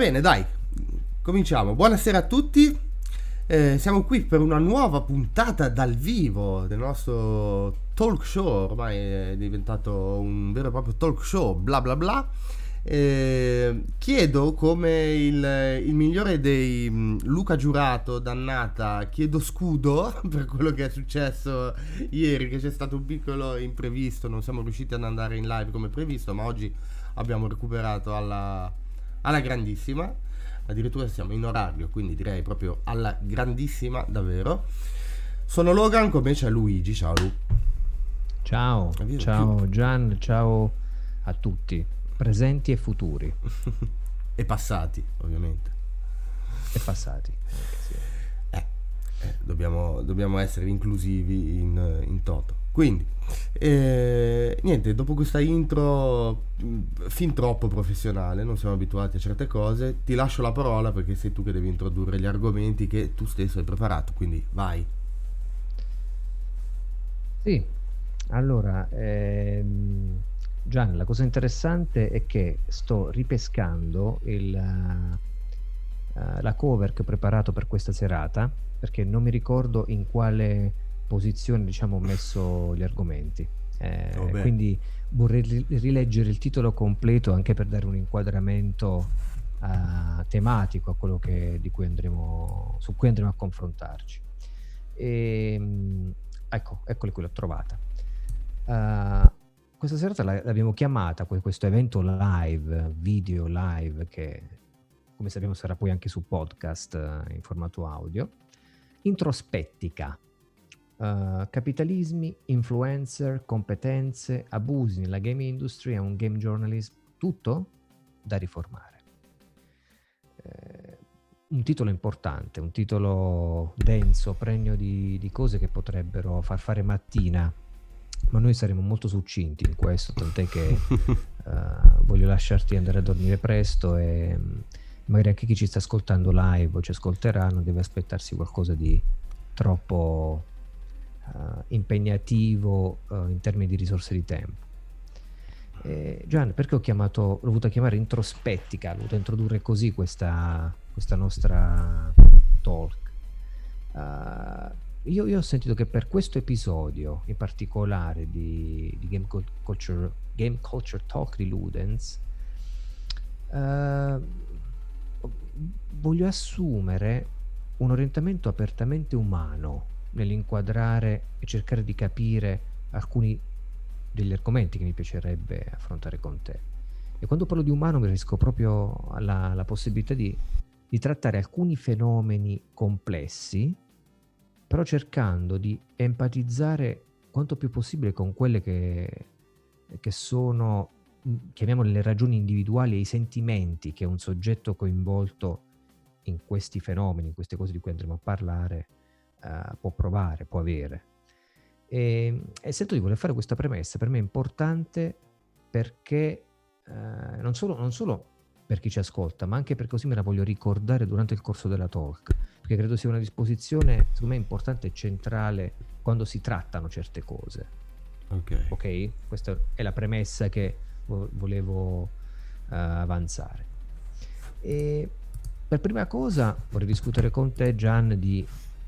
bene, dai, cominciamo. Buonasera a tutti. Siamo qui per una nuova puntata dal vivo del nostro talk show. Ormai è diventato un vero e proprio talk show, bla bla bla. Chiedo come il migliore dei Luca Giurato, dannata, chiedo scudo per quello che è successo ieri, che c'è stato un piccolo imprevisto, non siamo riusciti ad andare in live come previsto, ma oggi abbiamo recuperato alla grandissima, addirittura siamo in orario, quindi direi proprio alla grandissima davvero. Sono Logan, con me c'è Luigi. Ciao Lu. Ciao, ciao Gian, ciao a tutti, presenti e futuri. E passati, ovviamente. E passati. Sì. Dobbiamo essere inclusivi in toto. Quindi, niente, dopo questa intro fin troppo professionale, non siamo abituati a certe cose, ti lascio la parola perché sei tu che devi introdurre gli argomenti che tu stesso hai preparato, quindi vai. Sì, allora, Gian, la cosa interessante è che sto ripescando la cover che ho preparato per questa serata, perché non mi ricordo in quale posizione, diciamo, ho messo gli argomenti. Quindi vorrei rileggere il titolo completo anche per dare un inquadramento tematico a quello su cui andremo a confrontarci. Eccole qui, l'ho trovata. Questa serata l'abbiamo chiamata, questo evento live, video live, che come sappiamo sarà poi anche su podcast in formato audio, introspettica. Capitalismi, influencer, competenze, abusi nella game industry e un game journalism, tutto da riformare. Un titolo importante, un titolo denso, pregno di cose che potrebbero far fare mattina, ma noi saremo molto succinti in questo, tant'è che voglio lasciarti andare a dormire presto e magari anche chi ci sta ascoltando live o ci ascolterà non deve aspettarsi qualcosa di troppo impegnativo in termini di risorse di tempo. Gian, perché l'ho voluta chiamare introspettica, ho voluto introdurre così questa nostra talk. Io ho sentito che per questo episodio in particolare di Game Culture Talk di Ludens voglio assumere un orientamento apertamente umano nell'inquadrare e cercare di capire alcuni degli argomenti che mi piacerebbe affrontare con te. E quando parlo di umano mi riferisco proprio alla possibilità di trattare alcuni fenomeni complessi, però cercando di empatizzare quanto più possibile con quelle che sono, chiamiamole, le ragioni individuali e i sentimenti che un soggetto coinvolto in questi fenomeni, in queste cose di cui andremo a parlare, può provare, può avere. E sento di voler fare questa premessa, per me è importante perché non solo per chi ci ascolta, ma anche perché così me la voglio ricordare durante il corso della talk, perché credo sia una disposizione, secondo me, importante e centrale quando si trattano certe cose. Ok? Questa è la premessa che volevo avanzare. E per prima cosa vorrei discutere con te, Gian, di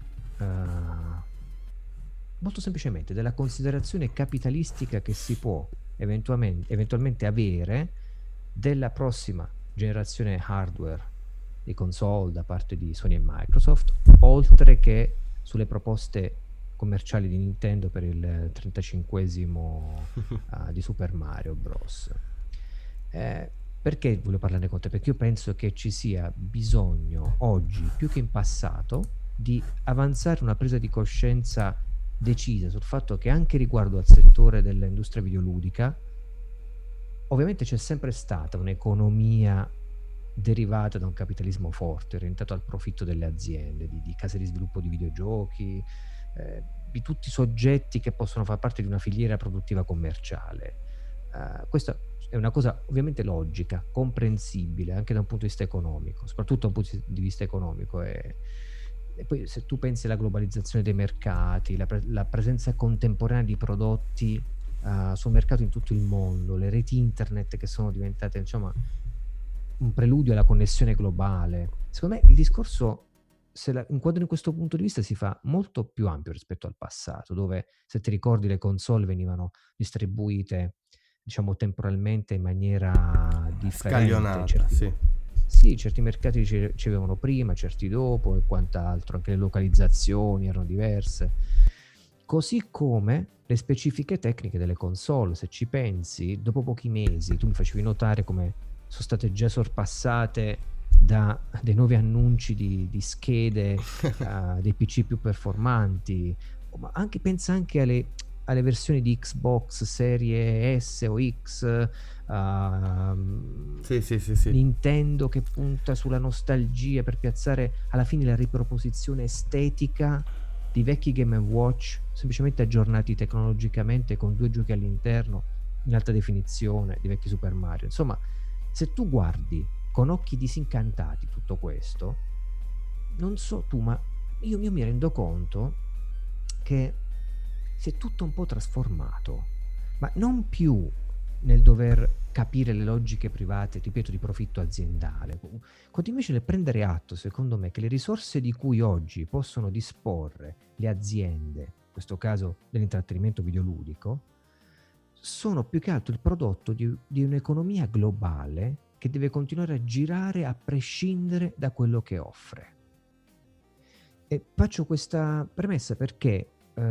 molto semplicemente della considerazione capitalistica che si può eventualmente avere della prossima generazione hardware di console da parte di Sony e Microsoft, oltre che sulle proposte commerciali di Nintendo per il 35esimo di Super Mario Bros. Perché voglio parlarne con te? Perché io penso che ci sia bisogno oggi, più che in passato, di avanzare una presa di coscienza decisa sul fatto che anche riguardo al settore dell'industria videoludica ovviamente c'è sempre stata un'economia derivata da un capitalismo forte, orientato al profitto delle aziende, di case di sviluppo di videogiochi, di tutti i soggetti che possono far parte di una filiera produttiva commerciale. Questa è una cosa ovviamente logica, comprensibile anche da un punto di vista economico, soprattutto da un punto di vista economico. E poi se tu pensi alla globalizzazione dei mercati, la presenza contemporanea di prodotti sul mercato in tutto il mondo, le reti internet che sono diventate, insomma, un preludio alla connessione globale. Secondo me il discorso, se la inquadro in questo punto di vista, si fa molto più ampio rispetto al passato, dove, se ti ricordi, le console venivano distribuite, diciamo, temporalmente in maniera differente. Scaglionata, sì. Sì, certi mercati ricevevano prima, certi dopo e quant'altro, anche le localizzazioni erano diverse. Così come le specifiche tecniche delle console, se ci pensi, dopo pochi mesi tu mi facevi notare come sono state già sorpassate da dei nuovi annunci di schede, dei PC più performanti, ma pensa anche alle versioni di Xbox Serie S o X, Sì. Nintendo che punta sulla nostalgia per piazzare alla fine la riproposizione estetica di vecchi Game & Watch, semplicemente aggiornati tecnologicamente con 2 giochi all'interno in alta definizione di vecchi Super Mario. Insomma, se tu guardi con occhi disincantati tutto questo, non so tu, ma io mi rendo conto che si è tutto un po' trasformato, ma non più nel dover capire le logiche private, ripeto, di profitto aziendale, quanto invece nel prendere atto, secondo me, che le risorse di cui oggi possono disporre le aziende, in questo caso dell'intrattenimento videoludico, sono più che altro il prodotto di un'economia globale che deve continuare a girare a prescindere da quello che offre. E faccio questa premessa perché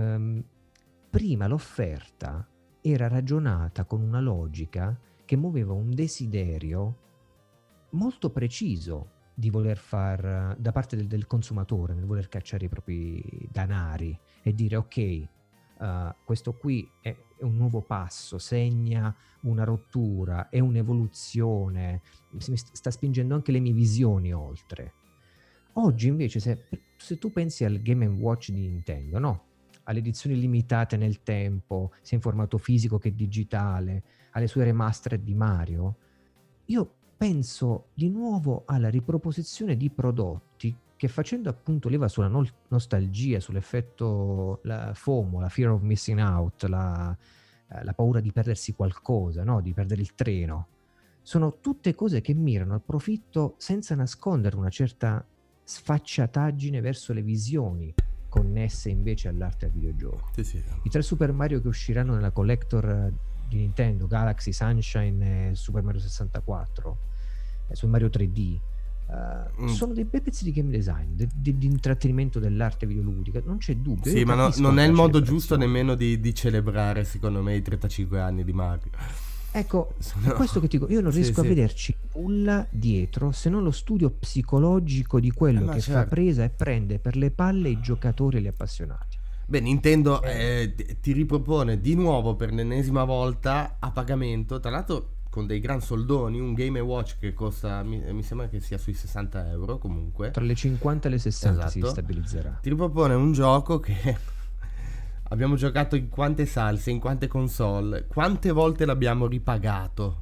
prima l'offerta era ragionata con una logica che muoveva un desiderio molto preciso di voler far, da parte del consumatore, nel voler cacciare i propri danari e dire ok, questo qui è un nuovo passo, segna una rottura, è un'evoluzione, mi sta spingendo anche le mie visioni oltre. Oggi invece se tu pensi al Game & Watch di Nintendo, no? Alle edizioni limitate nel tempo, sia in formato fisico che digitale, alle sue remastered di Mario, io penso di nuovo alla riproposizione di prodotti che, facendo appunto leva sulla nostalgia, sull'effetto FOMO, la fear of missing out, la paura di perdersi qualcosa, no? Di perdere il treno, sono tutte cose che mirano al profitto senza nascondere una certa sfacciataggine verso le visioni connesse invece all'arte al videogioco. Sì. I 3 Super Mario che usciranno nella collector di Nintendo, Galaxy, Sunshine e Super Mario 64, Super Mario 3D, sono dei bei pezzi di game design, di intrattenimento dell'arte videoludica, non c'è dubbio. Sì, ma non è il modo giusto nemmeno di celebrare, secondo me, i 35 anni di Mario. Ecco, è questo che ti dico, io non riesco a vederci nulla dietro se non lo studio psicologico di quello che fa presa e prende per le palle i giocatori e gli appassionati. Beh, Nintendo ti ripropone di nuovo per l'ennesima volta a pagamento, tra l'altro con dei gran soldoni, un Game & Watch che costa, mi sembra che sia sui 60 euro comunque. Tra le 50 e le 60 si stabilizzerà. Ti ripropone un gioco che abbiamo giocato in quante salse, in quante console, quante volte l'abbiamo ripagato.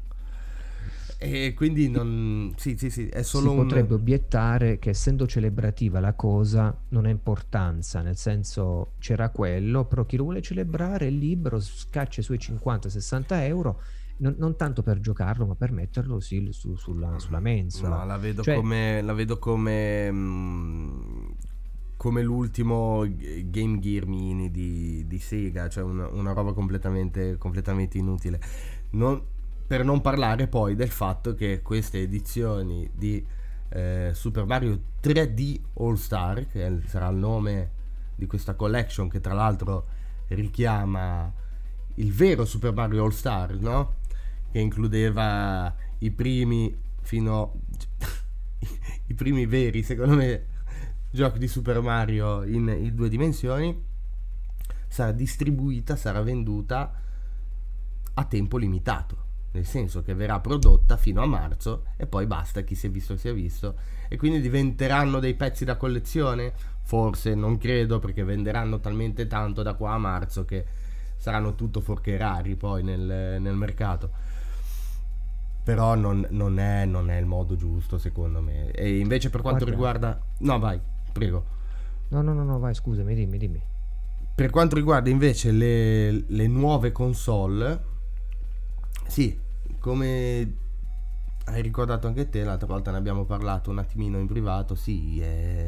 E quindi sì, è solo si potrebbe obiettare che, essendo celebrativa la cosa, non ha importanza, nel senso, c'era quello, però chi lo vuole celebrare è libero, scaccia i suoi 50-60 euro, non tanto per giocarlo, ma per metterlo sulla mensola. No, la vedo come l'ultimo Game Gear Mini di Sega, cioè una roba completamente inutile. Per non parlare poi del fatto che queste edizioni di Super Mario 3D All Star, che sarà il nome di questa collection, che tra l'altro richiama il vero Super Mario All Star, no? Che includeva i primi i primi veri, secondo me, giochi di Super Mario in 2 dimensioni, sarà distribuita, sarà venduta a tempo limitato, nel senso che verrà prodotta fino a marzo e poi basta, chi si è visto, e quindi diventeranno dei pezzi da collezione? Forse, non credo, perché venderanno talmente tanto da qua a marzo che saranno tutto forche rari poi nel mercato. Però non è il modo giusto, secondo me. E invece per quanto riguarda... No, vai, prego. No, vai, scusami, dimmi. Per quanto riguarda invece le nuove console, sì, come hai ricordato anche te, l'altra volta ne abbiamo parlato un attimino in privato, sì,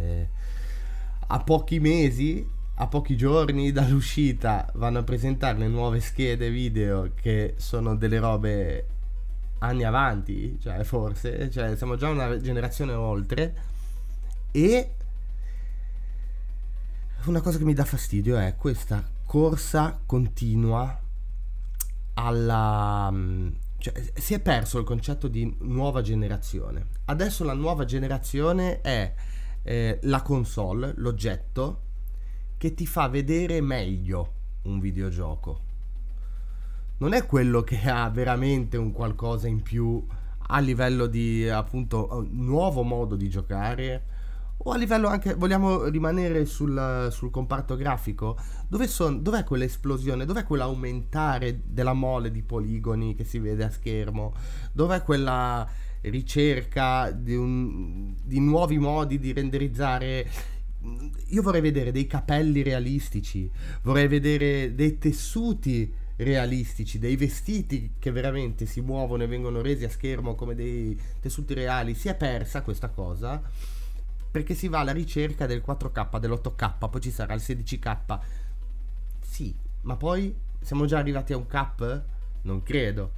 a pochi mesi, a pochi giorni dall'uscita vanno a presentare le nuove schede video che sono delle robe anni avanti, cioè forse, cioè siamo già una generazione oltre. E una cosa che mi dà fastidio è questa corsa continua alla... cioè, si è perso il concetto di nuova generazione. Adesso la nuova generazione è la console, l'oggetto che ti fa vedere meglio un videogioco. Non è quello che ha veramente un qualcosa in più a livello di appunto nuovo modo di giocare, o a livello anche, vogliamo rimanere sul comparto grafico, dov'è quell'esplosione, dov'è quell'aumentare della mole di poligoni che si vede a schermo, dov'è quella ricerca di nuovi modi di renderizzare. Io vorrei vedere dei capelli realistici, vorrei vedere dei tessuti realistici, dei vestiti che veramente si muovono e vengono resi a schermo come dei tessuti reali. Si è persa questa cosa perché si va alla ricerca del 4K, dell'8K, poi ci sarà il 16K. Sì, ma poi siamo già arrivati a un cap? Non credo.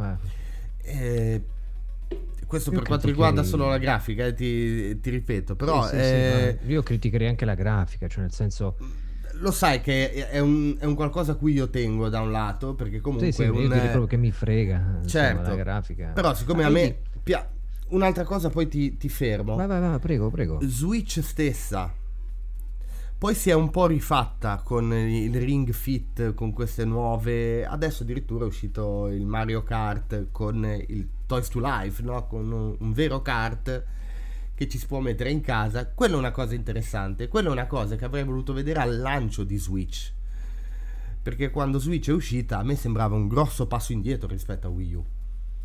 Questo per quanto riguarda solo la grafica, ti ripeto, però sì, io criticherei anche la grafica, cioè nel senso, lo sai che è un qualcosa a cui io tengo da un lato, perché comunque io direi proprio che mi frega, certo, insomma, la grafica. Però siccome a me un'altra cosa, poi ti fermo. Vai, prego. Switch stessa poi si è un po' rifatta con il Ring Fit, con queste nuove. Adesso addirittura è uscito il Mario Kart con il Toys to Life, no? Con un vero kart che ci si può mettere in casa. Quella è una cosa interessante. Quella è una cosa che avrei voluto vedere al lancio di Switch, perché quando Switch è uscita a me sembrava un grosso passo indietro rispetto a Wii U.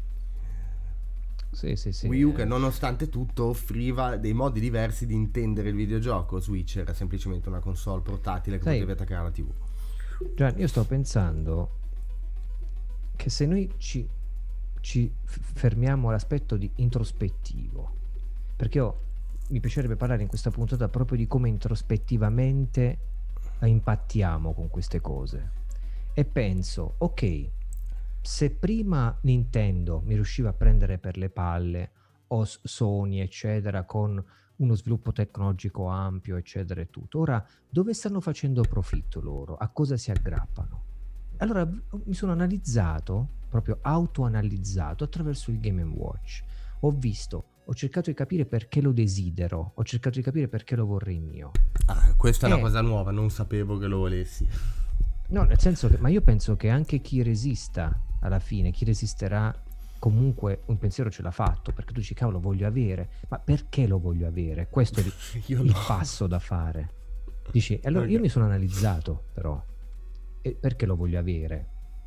Sì. Wii U che nonostante tutto offriva dei modi diversi di intendere il videogioco. Switch era semplicemente una console portatile che potevi attaccare alla TV. Gianni, io sto pensando che se noi ci fermiamo all'aspetto di introspettivo, perché mi piacerebbe parlare in questa puntata proprio di come introspettivamente impattiamo con queste cose, e penso, ok, se prima Nintendo mi riusciva a prendere per le palle, o Sony eccetera, con uno sviluppo tecnologico ampio eccetera e tutto, ora dove stanno facendo profitto loro? A cosa si aggrappano? Allora mi sono analizzato, proprio autoanalizzato attraverso il Game & Watch. Ho cercato di capire perché lo desidero, ho cercato di capire perché lo vorrei mio. Questa è una cosa nuova, non sapevo che lo volessi. No, nel senso che, ma io penso che anche chi resista alla fine, chi resisterà, comunque un pensiero ce l'ha fatto, perché tu dici cavolo, voglio avere, ma perché lo voglio avere? Questo è il passo da fare. Dici, allora io mi sono analizzato però, e perché lo voglio avere?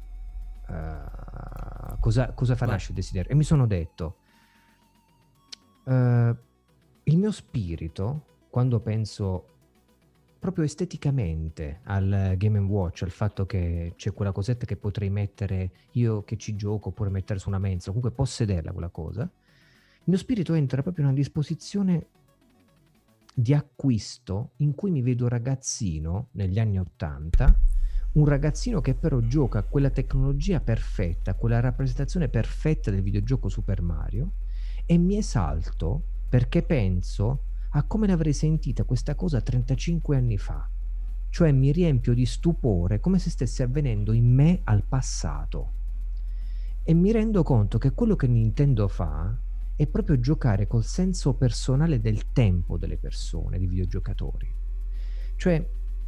Cosa fa nascere il desiderio? E mi sono detto, il mio spirito, quando penso proprio esteticamente al Game & Watch, al fatto che c'è quella cosetta che potrei mettere io che ci gioco, oppure mettere su una mensola, comunque possederla quella cosa, il mio spirito entra proprio in una disposizione di acquisto in cui mi vedo ragazzino negli anni '80, un ragazzino che però gioca a quella tecnologia perfetta, quella rappresentazione perfetta del videogioco Super Mario, e mi esalto perché penso a come l'avrei sentita questa cosa 35 anni fa. Cioè mi riempio di stupore, come se stesse avvenendo in me al passato. E mi rendo conto che quello che Nintendo fa è proprio giocare col senso personale del tempo delle persone, dei videogiocatori. Cioè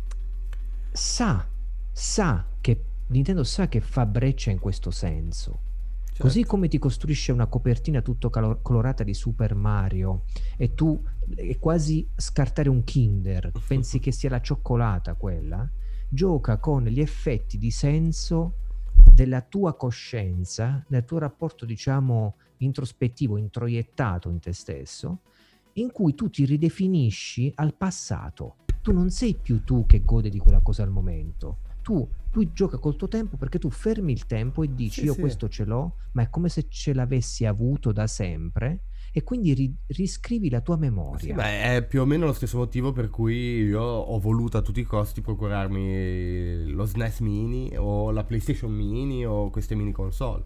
Nintendo sa che fa breccia in questo senso. Certo. Così come ti costruisce una copertina tutto colorata di Super Mario e tu è quasi scartare un Kinder, pensi che sia la cioccolata quella, gioca con gli effetti di senso della tua coscienza, del tuo rapporto diciamo introspettivo, introiettato in te stesso, in cui tu ti ridefinisci al passato. Tu non sei più tu che gode di quella cosa al momento, lui gioca col tuo tempo perché tu fermi il tempo e dici Sì, io sì. questo ce l'ho, ma è come se ce l'avessi avuto da sempre e quindi riscrivi la tua Sì, memoria. ma è più o meno lo stesso motivo per cui io ho voluto a tutti i costi procurarmi lo SNES Mini o la PlayStation Mini o queste mini console.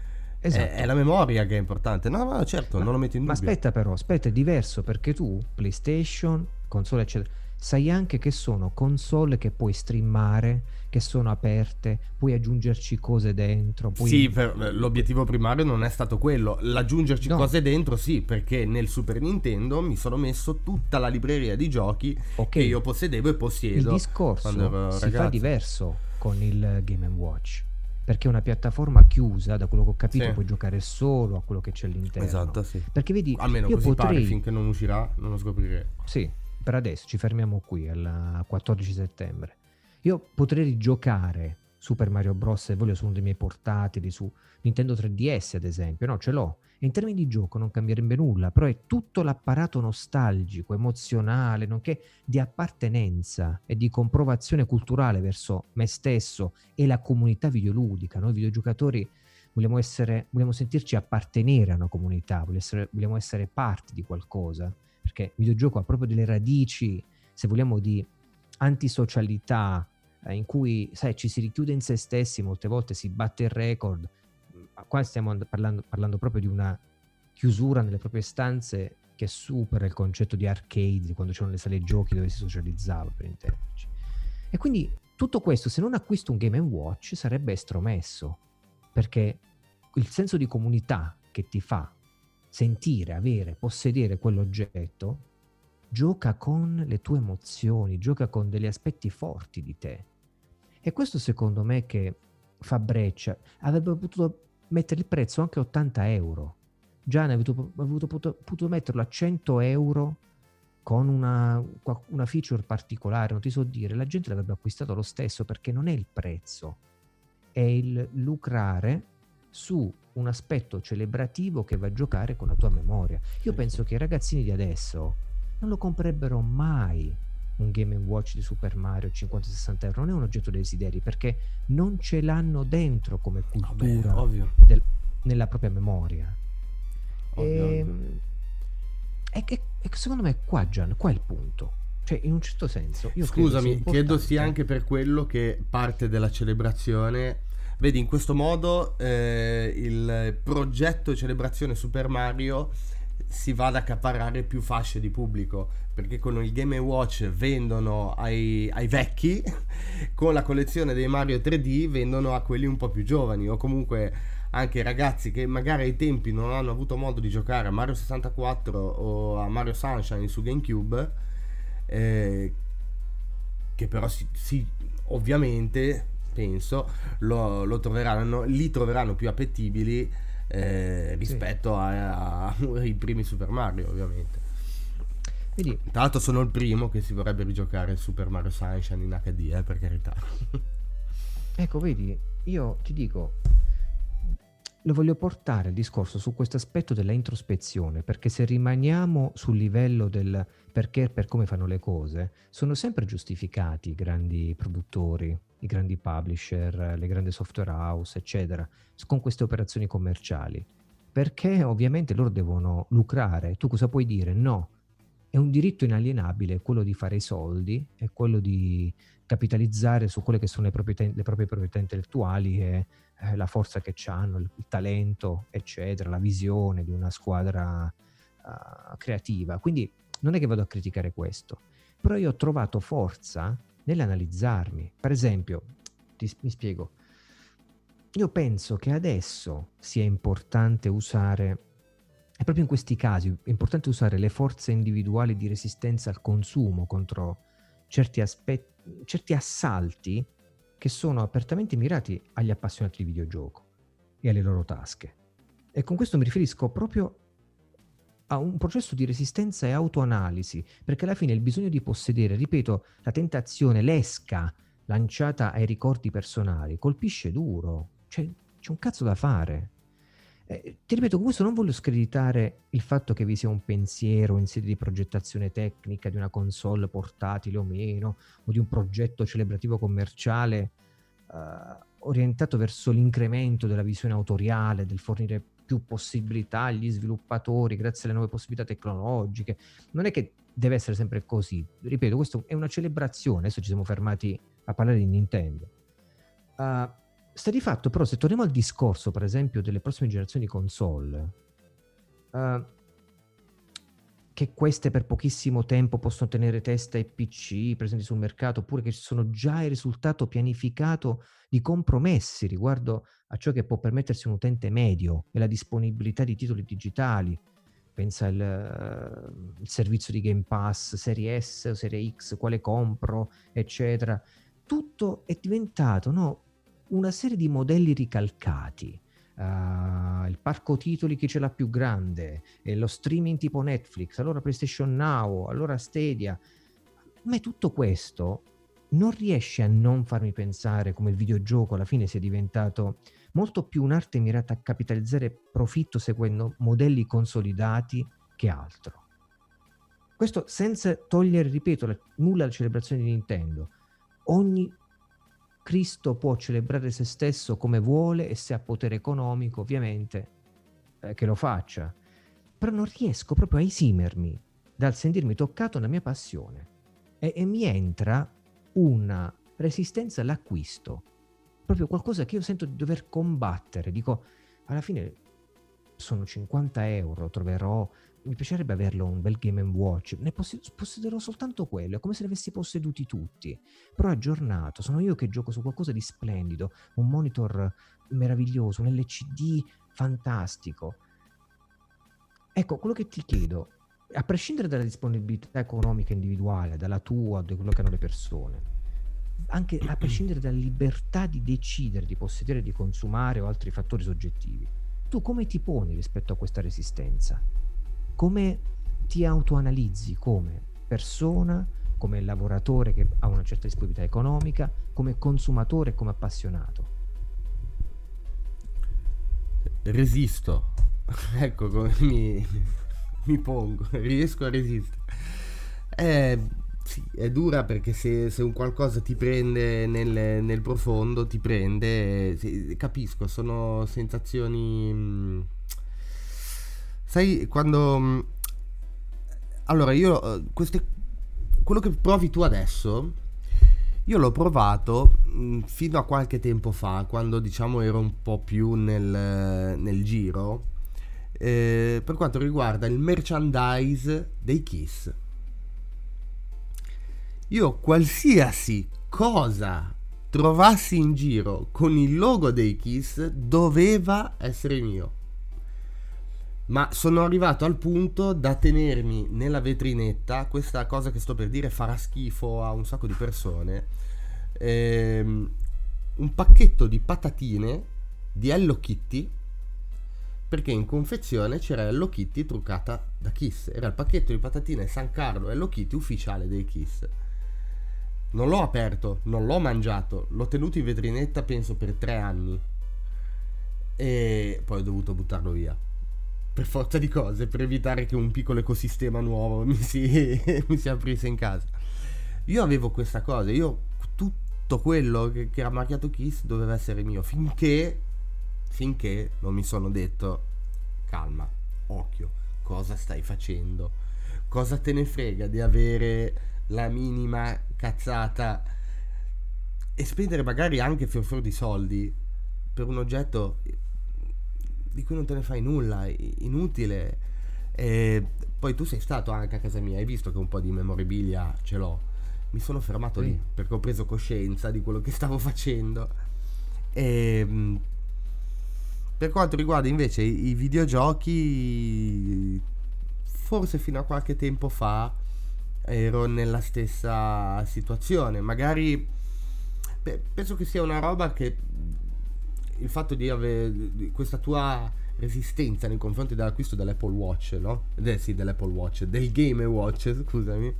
È Esatto. la memoria che è importante. No, no, certo, Ma, non lo metto in ma dubbio. aspetta però, aspetta, è diverso perché tu, PlayStation, console eccetera, sai anche che sono console che puoi streamare, che sono aperte, puoi aggiungerci cose dentro, Sì, puoi... l'obiettivo primario non è stato quello. L'aggiungerci No, cose dentro, sì, perché nel Super Nintendo mi sono messo tutta la libreria di giochi ok, che io possedevo e il possiedo quando discorso ero si fa ragazzo. diverso con il Game Watch, perché è una piattaforma chiusa, da quello che ho Sì, capito puoi giocare solo a quello che c'è all'interno. esatto, sì. Perché vedi, Almeno io così pare, potrei, finché non uscirà, non lo scopriremo. sì, per adesso ci fermiamo qui al 14 settembre. Io potrei rigiocare Super Mario Bros. Se voglio su uno dei miei portatili, su Nintendo 3DS ad esempio, no, ce l'ho. E in termini di gioco non cambierebbe nulla, però è tutto l'apparato nostalgico, emozionale, nonché di appartenenza e di comprovazione culturale verso me stesso e la comunità videoludica. Noi videogiocatori vogliamo sentirci appartenere a una comunità, vogliamo essere parte di qualcosa, perché il videogioco ha proprio delle radici, se vogliamo, di antisocialità, in cui, sai, ci si richiude in se stessi, molte volte si batte il record. Qua stiamo parlando proprio di una chiusura nelle proprie stanze che supera il concetto di arcade, di quando c'erano le sale giochi dove si socializzava, per intenderci. E quindi tutto questo, se non acquisto un Game Watch, sarebbe estromesso, perché il senso di comunità che ti fa sentire, avere, possedere quell'oggetto, gioca con le tue emozioni, gioca con degli aspetti forti di te. E questo secondo me che fa breccia. Avrebbe potuto mettere il prezzo anche a 80 euro. Già ne avuto potuto metterlo a 100 euro con una feature particolare, non ti so dire, la gente l'avrebbe acquistato lo stesso perché non è il prezzo, è il lucrare su un aspetto celebrativo che va a giocare con la tua memoria. Io Sì, sì. penso che i ragazzini di adesso non lo comprerebbero mai un Game Watch di Super Mario 50-60 euro, non è un oggetto dei desideri perché non ce l'hanno dentro come Vabbè, cultura ovvio, nella propria memoria. ovvio, ovvio. E secondo me qua, Gian, qua è il punto. Cioè, in un certo senso, io credo sia Scusami, credo sia importante. anche per quello che parte della celebrazione. Vedi, in questo modo il progetto celebrazione Super Mario si va ad accaparrare più fasce di pubblico, perché con il Game Watch vendono ai vecchi, con la collezione dei Mario 3D vendono a quelli un po' più giovani, o comunque anche ai ragazzi che magari ai tempi non hanno avuto modo di giocare a Mario 64 o a Mario Sunshine su GameCube, eh, che però ovviamente penso li troveranno più appetibili Sì. rispetto ai primi Super Mario, ovviamente. Vedi, Tra l'altro sono il primo che si vorrebbe rigiocare Super Mario Sunshine in HD, per carità. ecco, vedi, io ti dico, lo voglio portare il discorso su questo aspetto della introspezione, perché se rimaniamo sul livello del perché e per come fanno le cose, sono sempre giustificati i grandi produttori, i grandi publisher, le grandi software house, eccetera, con queste operazioni commerciali, perché ovviamente loro devono lucrare. Tu cosa puoi dire? No, è un diritto inalienabile quello di fare i soldi, è quello di capitalizzare su quelle che sono le proprie proprietà intellettuali e la forza che hanno, il talento, eccetera, la visione di una squadra creativa. Quindi non è che vado a criticare questo, però io ho trovato forza nell'analizzarmi. Per esempio, mi spiego, io penso che adesso sia importante usare, è proprio in questi casi, è importante usare le forze individuali di resistenza al consumo contro certi assalti che sono apertamente mirati agli appassionati di videogioco e alle loro tasche. E con questo mi riferisco proprio a un processo di resistenza e autoanalisi, perché alla fine il bisogno di possedere, ripeto, la tentazione, l'esca lanciata ai ricordi personali, colpisce duro. C'è un cazzo da fare. Ti ripeto, con questo non voglio screditare il fatto che vi sia un pensiero in sede di progettazione tecnica di una console portatile o meno, o di un progetto celebrativo commerciale orientato verso l'incremento della visione autoriale, del fornire più possibilità agli sviluppatori grazie alle nuove possibilità tecnologiche. Non è che deve essere sempre così. Ripeto, questo è una celebrazione. Adesso ci siamo fermati a parlare di Nintendo. Sta di fatto, però, se torniamo al discorso, per esempio, delle prossime generazioni di console, che queste per pochissimo tempo possono tenere testa ai PC presenti sul mercato, oppure che ci sono già il risultato pianificato di compromessi riguardo a ciò che può permettersi un utente medio e la disponibilità di titoli digitali. Pensa il servizio di Game Pass, Serie S o Serie X, quale compro, eccetera. Tutto è diventato, no, una serie di modelli ricalcati. Il parco titoli, chi ce l'ha più grande, e lo streaming tipo Netflix, allora PlayStation Now, allora Stadia. Ma tutto questo non riesce a non farmi pensare come il videogioco alla fine sia diventato molto più un'arte mirata a capitalizzare profitto seguendo modelli consolidati che altro. Questo senza togliere, ripeto, nulla alla celebrazione di Nintendo. Ogni Cristo può celebrare se stesso come vuole, e se ha potere economico, ovviamente, che lo faccia. Però non riesco proprio a esimermi dal sentirmi toccato nella mia passione. E mi entra una resistenza all'acquisto. Proprio qualcosa che io sento di dover combattere. Dico, alla fine sono 50 euro, troverò... Mi piacerebbe averlo un bel Game & Watch, ne possederò soltanto quello, è come se li avessi posseduti tutti, però aggiornato, sono io che gioco su qualcosa di splendido, un monitor meraviglioso, un LCD fantastico. Ecco, quello che ti chiedo, a prescindere dalla disponibilità economica individuale, dalla tua, da quello che hanno le persone, anche a prescindere dalla libertà di decidere, di possedere, di consumare o altri fattori soggettivi, tu come ti poni rispetto a questa resistenza? Come ti autoanalizzi come persona, come lavoratore che ha una certa disponibilità economica, come consumatore, come appassionato? Resisto. Ecco come mi pongo, riesco a resistere. Sì, è dura, perché se un qualcosa ti prende nel profondo, ti prende, capisco, sono sensazioni... Sai, quando... Allora, io... quello che provi tu adesso, io l'ho provato fino a qualche tempo fa, quando, diciamo, ero un po' più nel giro, per quanto riguarda il merchandise dei Kiss. Io qualsiasi cosa trovassi in giro con il logo dei Kiss doveva essere mio. Ma sono arrivato al punto da tenermi nella vetrinetta, questa cosa che sto per dire farà schifo a un sacco di persone, un pacchetto di patatine di Hello Kitty, perché in confezione c'era Hello Kitty truccata da Kiss. Era il pacchetto di patatine San Carlo Hello Kitty ufficiale dei Kiss. Non l'ho aperto, non l'ho mangiato, l'ho tenuto in vetrinetta penso per 3 anni e poi ho dovuto buttarlo via per forza di cose, per evitare che un piccolo ecosistema nuovo mi si aprisse in casa. Io avevo questa cosa, tutto quello che era marchiato Kiss doveva essere mio, finché non mi sono detto: calma, occhio, cosa stai facendo? Cosa te ne frega di avere la minima cazzata e spendere magari anche fior di soldi per un oggetto di cui non te ne fai nulla, inutile. E poi tu sei stato anche a casa mia, hai visto che un po' di memorabilia ce l'ho. Mi sono fermato lì perché ho preso coscienza di quello che stavo facendo. E per quanto riguarda invece i videogiochi, forse fino a qualche tempo fa ero nella stessa situazione. Magari penso che sia una roba che il fatto di avere questa tua resistenza nei confronti dell'acquisto dell'Apple Watch, no? Sì, dell'Apple Watch, del Game Watch, scusami,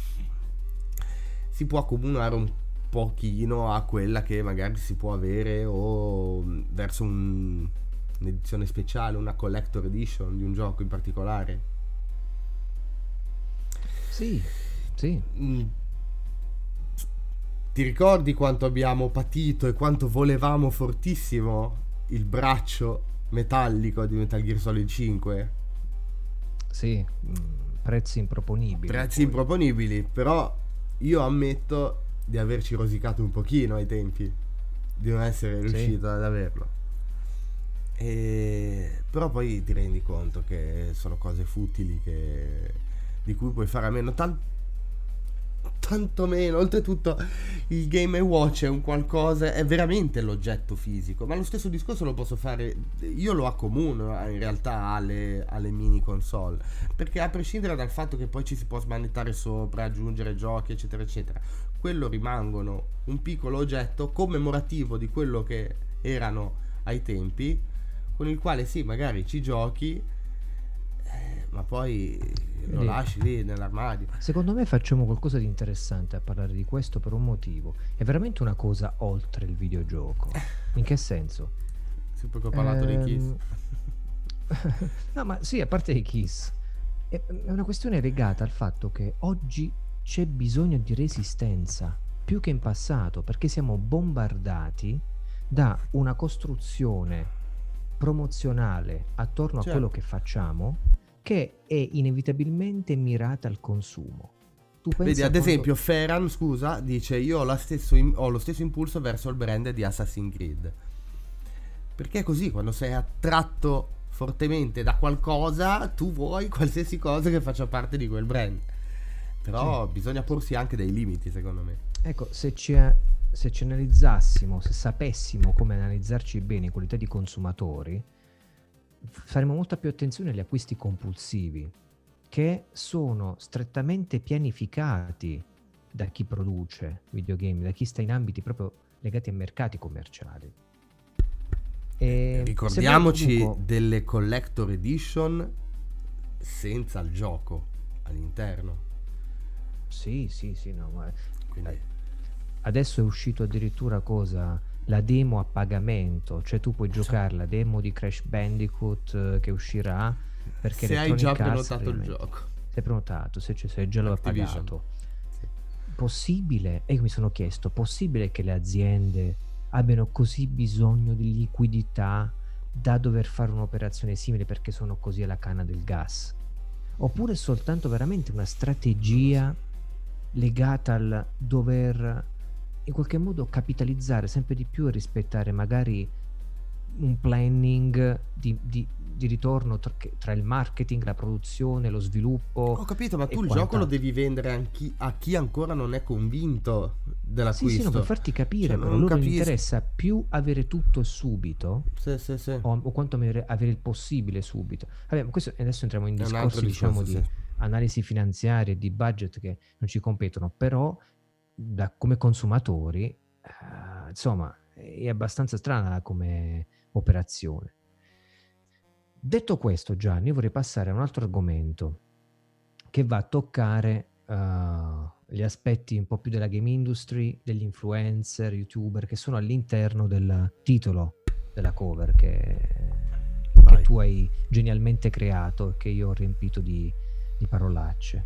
si può accomunare un pochino a quella che magari si può avere o verso un'edizione speciale, una collector edition di un gioco in particolare. Sì. Ti ricordi quanto abbiamo patito e quanto volevamo fortissimo il braccio metallico di Metal Gear Solid 5? Sì, prezzi improponibili. Prezzi improponibili, però io ammetto di averci rosicato un pochino ai tempi, di non essere riuscito ad averlo. Però poi ti rendi conto che sono cose futili di cui puoi fare a meno, tanto meno. Oltretutto il Game & Watch è un qualcosa, è veramente l'oggetto fisico, ma lo stesso discorso lo posso fare, io lo accomuno in realtà alle mini console, perché a prescindere dal fatto che poi ci si può smanettare sopra, aggiungere giochi eccetera eccetera, quello rimangono un piccolo oggetto commemorativo di quello che erano ai tempi, con il quale sì, magari ci giochi, ma poi lo lasci lì nell'armadio. Secondo me facciamo qualcosa di interessante a parlare di questo per un motivo. È veramente una cosa oltre il videogioco. In che senso? Sì, perché ho parlato dei Kiss. No, ma sì, a parte i Kiss. È una questione legata al fatto che oggi c'è bisogno di resistenza, più che in passato, perché siamo bombardati da una costruzione promozionale attorno a quello che facciamo, che è inevitabilmente mirata al consumo. Tu pensi Vedi, ad esempio Ferran, scusa, dice: io ho lo stesso impulso verso il brand di Assassin's Creed, perché è così, quando sei attratto fortemente da qualcosa, tu vuoi qualsiasi cosa che faccia parte di quel brand. Però bisogna porsi anche dei limiti, secondo me. Ecco, se ci analizzassimo, se sapessimo come analizzarci bene in qualità di consumatori, faremo molta più attenzione agli acquisti compulsivi, che sono strettamente pianificati da chi produce videogame, da chi sta in ambiti proprio legati a mercati commerciali. E ricordiamoci delle collector edition senza il gioco all'interno. Sì, no, ma quindi adesso è uscito addirittura la demo a pagamento, cioè tu puoi giocare la demo di Crash Bandicoot che uscirà, perché se hai già prenotato il gioco, se hai prenotato, se già lo hai pagato. Sì. Possibile, e io mi sono chiesto, possibile che le aziende abbiano così bisogno di liquidità da dover fare un'operazione simile perché sono così alla canna del gas? Oppure è soltanto veramente una strategia legata al dover in qualche modo capitalizzare sempre di più e rispettare magari un planning di ritorno tra il marketing, la produzione, lo sviluppo? Ho capito, ma tu il gioco lo devi vendere a chi ancora non è convinto dell'acquisto. Sì, no, per farti capire, però loro gli interessa più avere tutto subito, sì. o quanto avere il possibile subito. Vabbè, questo adesso entriamo in discorsi, diciamo, di analisi finanziarie, di budget che non ci competono, però come consumatori, insomma, è abbastanza strana come operazione. Detto questo, Gianni, io vorrei passare a un altro argomento che va a toccare gli aspetti un po' più della game industry, degli influencer, youtuber che sono all'interno del titolo della cover che tu hai genialmente creato e che io ho riempito di parolacce.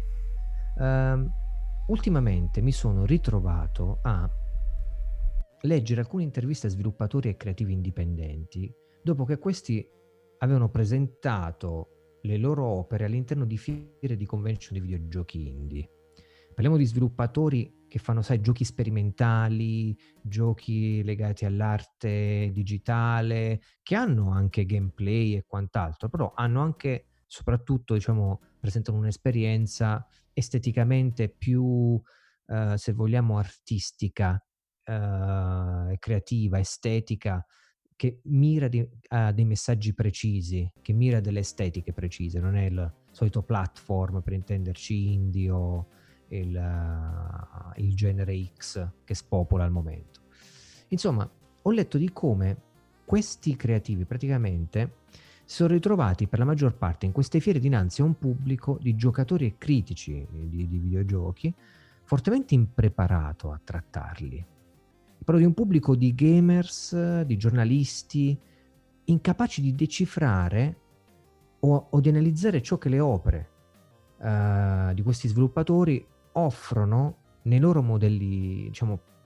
Ultimamente mi sono ritrovato a leggere alcune interviste a sviluppatori e creativi indipendenti dopo che questi avevano presentato le loro opere all'interno di fiere di convention di videogiochi indie. Parliamo di sviluppatori che fanno, sai, giochi sperimentali, giochi legati all'arte digitale, che hanno anche gameplay e quant'altro, però hanno anche, soprattutto, diciamo, presentano un'esperienza esteticamente più, se vogliamo, artistica, creativa, estetica, che mira a dei messaggi precisi, che mira a delle estetiche precise, non è il solito platform, per intenderci, indie o il genere X che spopola al momento. Insomma, ho letto di come questi creativi praticamente si sono ritrovati per la maggior parte in queste fiere dinanzi a un pubblico di giocatori e critici di videogiochi fortemente impreparato a trattarli. Parlo di un pubblico di gamers, di giornalisti, incapaci di decifrare o di analizzare ciò che le opere di questi sviluppatori offrono nei loro modelli, diciamo,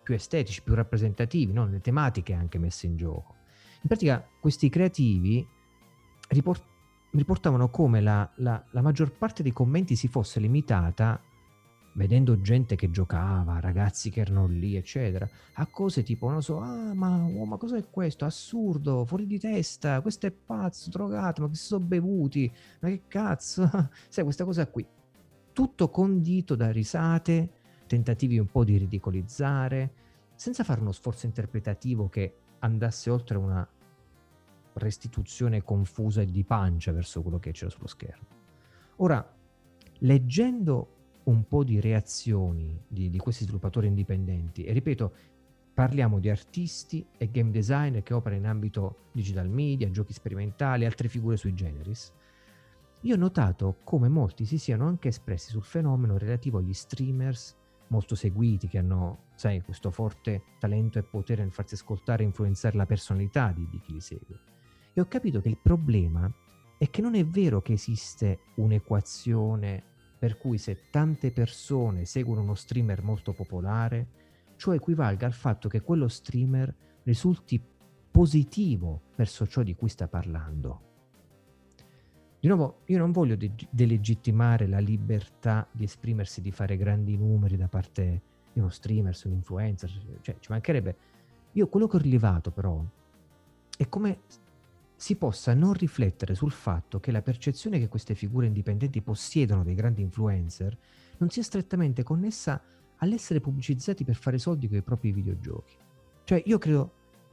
più estetici, più rappresentativi, no? Le tematiche anche messe in gioco. In pratica questi creativi riportavano come la maggior parte dei commenti si fosse limitata, vedendo gente che giocava, ragazzi che erano lì, eccetera, a cose tipo, non so, ma cos'è questo? Assurdo, fuori di testa, questo è pazzo, drogato, ma che si sono bevuti, ma che cazzo? Sai, questa cosa qui. Tutto condito da risate, tentativi un po' di ridicolizzare, senza fare uno sforzo interpretativo che andasse oltre una restituzione confusa e di pancia verso quello che c'era sullo schermo. Ora, leggendo un po' di reazioni di questi sviluppatori indipendenti, e ripeto, parliamo di artisti e game designer che operano in ambito digital media, giochi sperimentali, altre figure sui generis, io ho notato come molti si siano anche espressi sul fenomeno relativo agli streamers molto seguiti, che hanno, sai, questo forte talento e potere nel farsi ascoltare e influenzare la personalità di chi li segue. E ho capito che il problema è che non è vero che esiste un'equazione per cui se tante persone seguono uno streamer molto popolare, ciò equivalga al fatto che quello streamer risulti positivo verso ciò di cui sta parlando. Di nuovo, io non voglio delegittimare la libertà di esprimersi, di fare grandi numeri da parte di uno streamer, un influencer, cioè ci mancherebbe. Io quello che ho rilevato però è come si possa non riflettere sul fatto che la percezione che queste figure indipendenti possiedono dei grandi influencer non sia strettamente connessa all'essere pubblicizzati per fare soldi con i propri videogiochi. Cioè io credo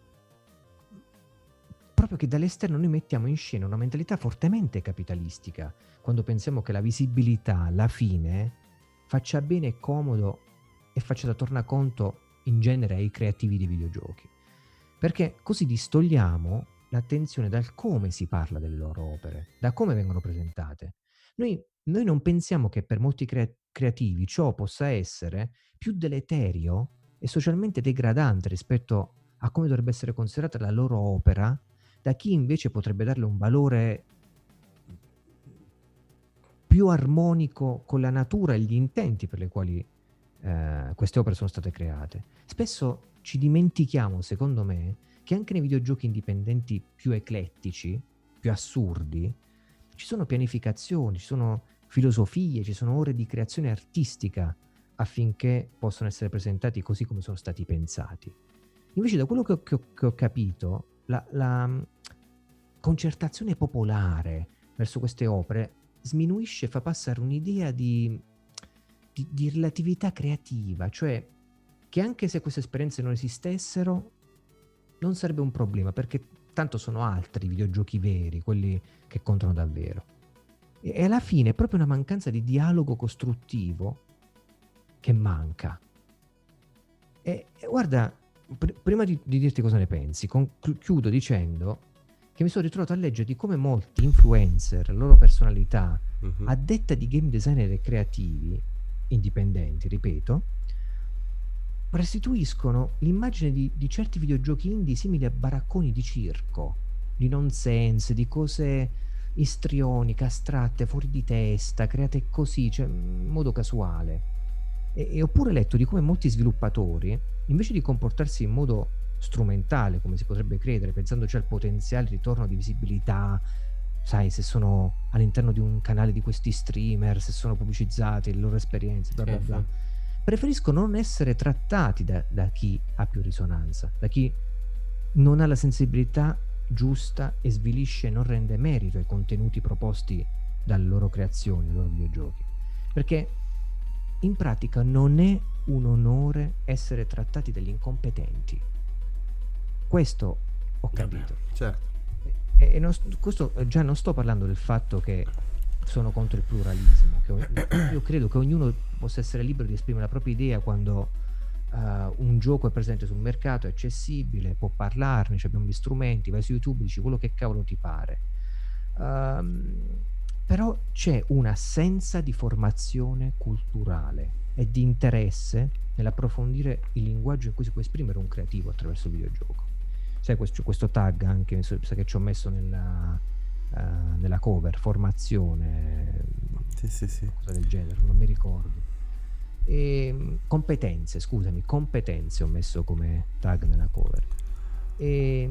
proprio che dall'esterno noi mettiamo in scena una mentalità fortemente capitalistica quando pensiamo che la visibilità alla fine faccia bene e comodo e faccia da tornaconto in genere ai creativi di videogiochi, perché così distogliamo l'attenzione dal come si parla delle loro opere, da come vengono presentate. Noi non pensiamo che per molti creativi ciò possa essere più deleterio e socialmente degradante rispetto a come dovrebbe essere considerata la loro opera da chi invece potrebbe darle un valore più armonico con la natura e gli intenti per le quali queste opere sono state create. Spesso ci dimentichiamo, secondo me, che anche nei videogiochi indipendenti più eclettici, più assurdi, ci sono pianificazioni, ci sono filosofie, ci sono ore di creazione artistica affinché possano essere presentati così come sono stati pensati. Invece da quello che ho capito, la concertazione popolare verso queste opere sminuisce, fa passare un'idea di relatività creativa, cioè che anche se queste esperienze non esistessero non sarebbe un problema, perché tanto sono altri videogiochi veri, quelli che contano davvero. E alla fine è proprio una mancanza di dialogo costruttivo che manca. E guarda, prima di dirti cosa ne pensi, chiudo dicendo che mi sono ritrovato a leggere di come molti influencer, la loro personalità, a detta di game designer e creativi indipendenti, ripeto, restituiscono l'immagine di certi videogiochi indie simili a baracconi di circo, di nonsense, di cose istrioniche, astratte, fuori di testa, create così, cioè in modo casuale. E ho pure letto di come molti sviluppatori, invece di comportarsi in modo strumentale, come si potrebbe credere, pensandoci al potenziale ritorno di visibilità, sai, se sono all'interno di un canale di questi streamer, se sono pubblicizzati, le loro esperienze, bla bla bla, preferiscono non essere trattati da chi ha più risonanza, da chi non ha la sensibilità giusta e svilisce e non rende merito ai contenuti proposti dalle loro creazioni, dai loro videogiochi. Perché in pratica non è un onore essere trattati dagli incompetenti. Questo ho capito. Certo. Questo già non sto parlando del fatto che sono contro il pluralismo, che io credo che ognuno possa essere libero di esprimere la propria idea quando un gioco è presente sul mercato, è accessibile, può parlarne, abbiamo gli strumenti, vai su YouTube, dici quello che cavolo ti pare. Però c'è un'assenza di formazione culturale e di interesse nell'approfondire il linguaggio in cui si può esprimere un creativo attraverso il videogioco. Sai, questo tag anche che ci ho messo nella cover, formazione, sì. cosa del genere, non mi ricordo. competenze ho messo come tag nella cover. E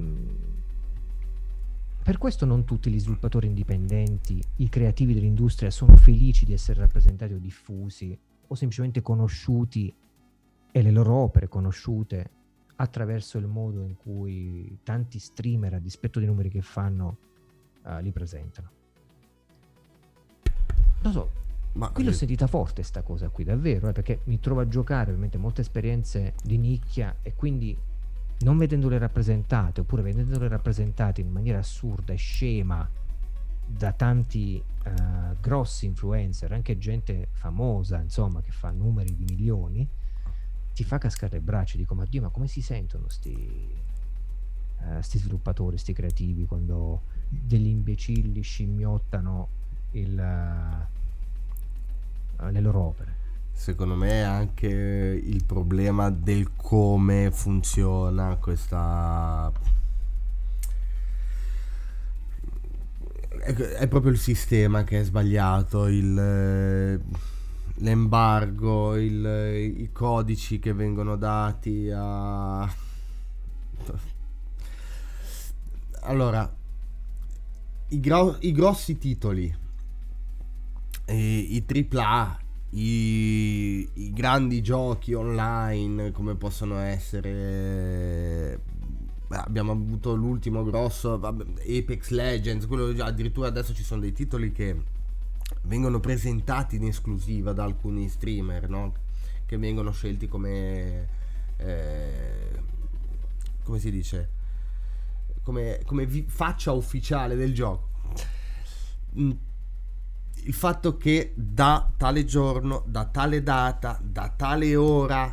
per questo non tutti gli sviluppatori indipendenti, i creativi dell'industria, sono felici di essere rappresentati o diffusi o semplicemente conosciuti, e le loro opere conosciute attraverso il modo in cui tanti streamer, a dispetto dei numeri che fanno, li presentano. Non so, ma qui l'ho sentita forte sta cosa qui, davvero, perché mi trovo a giocare ovviamente molte esperienze di nicchia, e quindi non vedendole rappresentate, oppure vedendole rappresentate in maniera assurda e scema da tanti grossi influencer, anche gente famosa, insomma, che fa numeri di milioni, ti fa cascare le braccia. Dico, ma Dio, ma come si sentono sti sviluppatori, sti creativi, quando degli imbecilli scimmiottano le loro opere? Secondo me è anche il problema del come funziona questa... È proprio il sistema che è sbagliato, l'embargo, i codici che vengono dati a... Allora, i grossi titoli, i AAA, i grandi giochi online come possono essere, abbiamo avuto l'ultimo grosso, Apex Legends, quello addirittura adesso ci sono dei titoli che vengono presentati in esclusiva da alcuni streamer, no? Che vengono scelti come si dice, come faccia ufficiale del gioco. Il fatto che da tale giorno, da tale data, da tale ora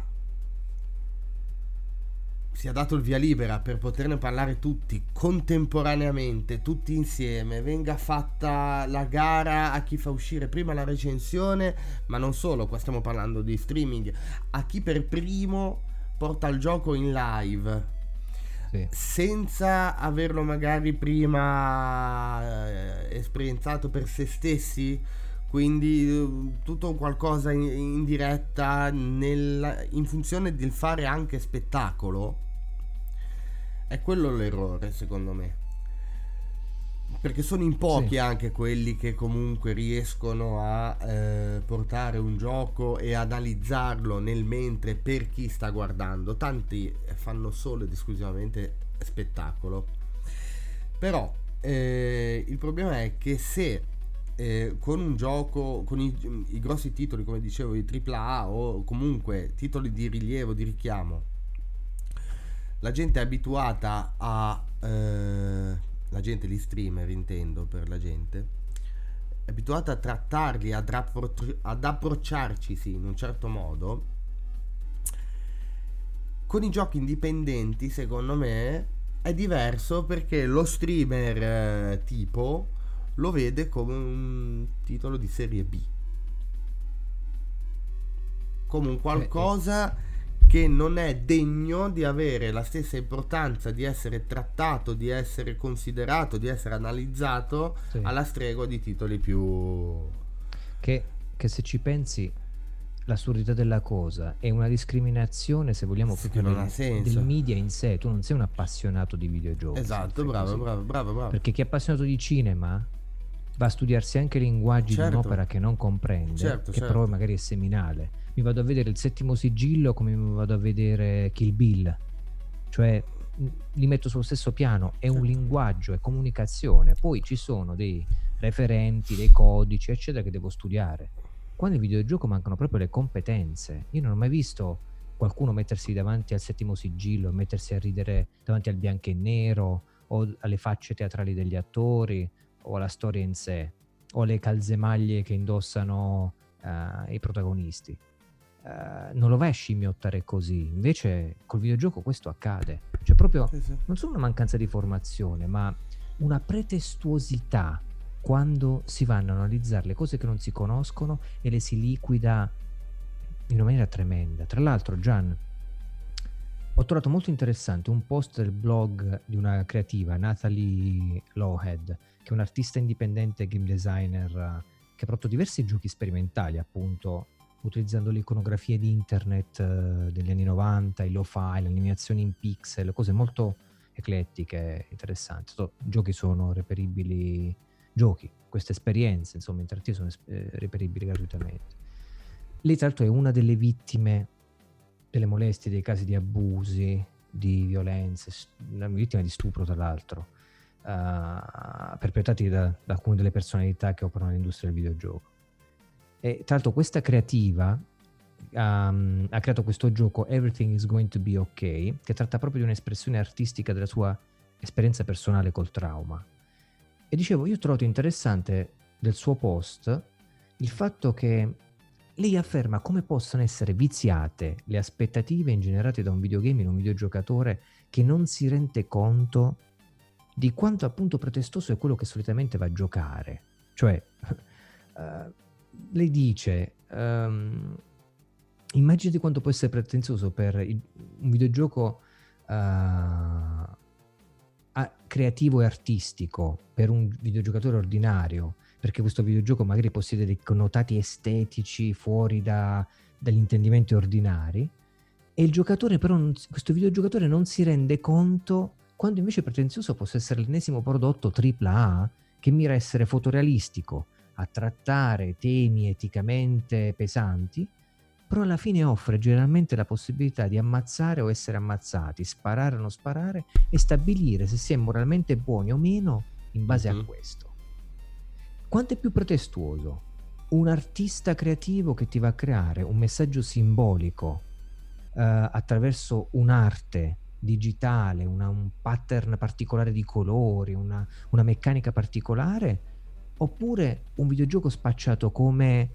sia dato il via libera per poterne parlare tutti contemporaneamente, tutti insieme, venga fatta la gara a chi fa uscire prima la recensione, ma non solo, qua stiamo parlando di streaming, a chi per primo porta il gioco in live, sì, senza averlo magari prima esperienzato per se stessi, quindi tutto qualcosa in diretta in funzione del fare anche spettacolo. È quello l'errore, secondo me, perché sono in pochi, sì, anche quelli che comunque riescono a portare un gioco e analizzarlo nel mentre per chi sta guardando. Tanti fanno solo ed esclusivamente spettacolo. Però il problema è che se con un gioco, con i grossi titoli, come dicevo, i AAA o comunque titoli di rilievo, di richiamo, la gente è abituata a la gente, gli streamer intendo, per la gente è abituata a trattarli, ad approcciarci, sì, in un certo modo. Con i giochi indipendenti, secondo me, è diverso, perché lo streamer tipo lo vede come un titolo di serie B, come un qualcosa che non è degno di avere la stessa importanza, di essere trattato, di essere considerato, di essere analizzato, sì, alla stregua di titoli più... Che se ci pensi, l'assurdità della cosa è una discriminazione, se vogliamo, sì, che non ha senso, del media in sé. Tu non sei un appassionato di videogiochi. Esatto, bravo. Perché chi è appassionato di cinema va a studiarsi anche i linguaggi, certo, di un'opera che non comprende, certo, che però magari è seminale. Mi vado a vedere Il Settimo Sigillo come mi vado a vedere Kill Bill, cioè li metto sullo stesso piano, è un linguaggio, è comunicazione, poi ci sono dei referenti, dei codici eccetera che devo studiare. Qua nel videogioco mancano proprio le competenze. Io non ho mai visto qualcuno mettersi davanti al Settimo Sigillo, mettersi a ridere davanti al bianco e nero, o alle facce teatrali degli attori, o alla storia in sé, o alle calzemaglie che indossano i protagonisti. Non lo vai a scimmiottare così. Invece col videogioco questo accade. Cioè proprio non solo una mancanza di formazione, ma una pretestuosità quando si vanno a analizzare le cose che non si conoscono e le si liquida in una maniera tremenda. Tra l'altro, Gian, ho trovato molto interessante un post del blog di una creativa, Natalie Lowhead, che è un artista indipendente game designer che ha prodotto diversi giochi sperimentali, appunto, utilizzando le iconografie di internet degli anni 90, il lo-fi, le animazioni in pixel, cose molto eclettiche, interessanti. Giochi sono reperibili, queste esperienze insomma interattive sono reperibili gratuitamente. Lei tra l'altro è una delle vittime delle molestie, dei casi di abusi, di violenze, una vittima di stupro tra l'altro, perpetrati da alcune delle personalità che operano nell'industria del videogioco. E tra l'altro questa creativa ha creato questo gioco Everything is Going to Be Okay, che tratta proprio di un'espressione artistica della sua esperienza personale col trauma. E dicevo, io ho trovato interessante del suo post il fatto che lei afferma come possano essere viziate le aspettative ingenerate da un videogame in un videogiocatore che non si rende conto di quanto appunto pretestoso è quello che solitamente va a giocare. Cioè, lei dice, immaginati quanto può essere pretenzioso per un videogioco creativo e artistico per un videogiocatore ordinario, perché questo videogioco magari possiede dei connotati estetici fuori dagli intendimenti ordinari, e il giocatore però questo videogiocatore non si rende conto quando invece pretenzioso possa essere l'ennesimo prodotto AAA che mira a essere fotorealistico, a trattare temi eticamente pesanti, però alla fine offre generalmente la possibilità di ammazzare o essere ammazzati, sparare o non sparare, e stabilire se si è moralmente buoni o meno in base a questo. Quanto è più pretestuoso un artista creativo che ti va a creare un messaggio simbolico attraverso un'arte digitale, un pattern particolare di colori, una meccanica particolare, oppure un videogioco spacciato come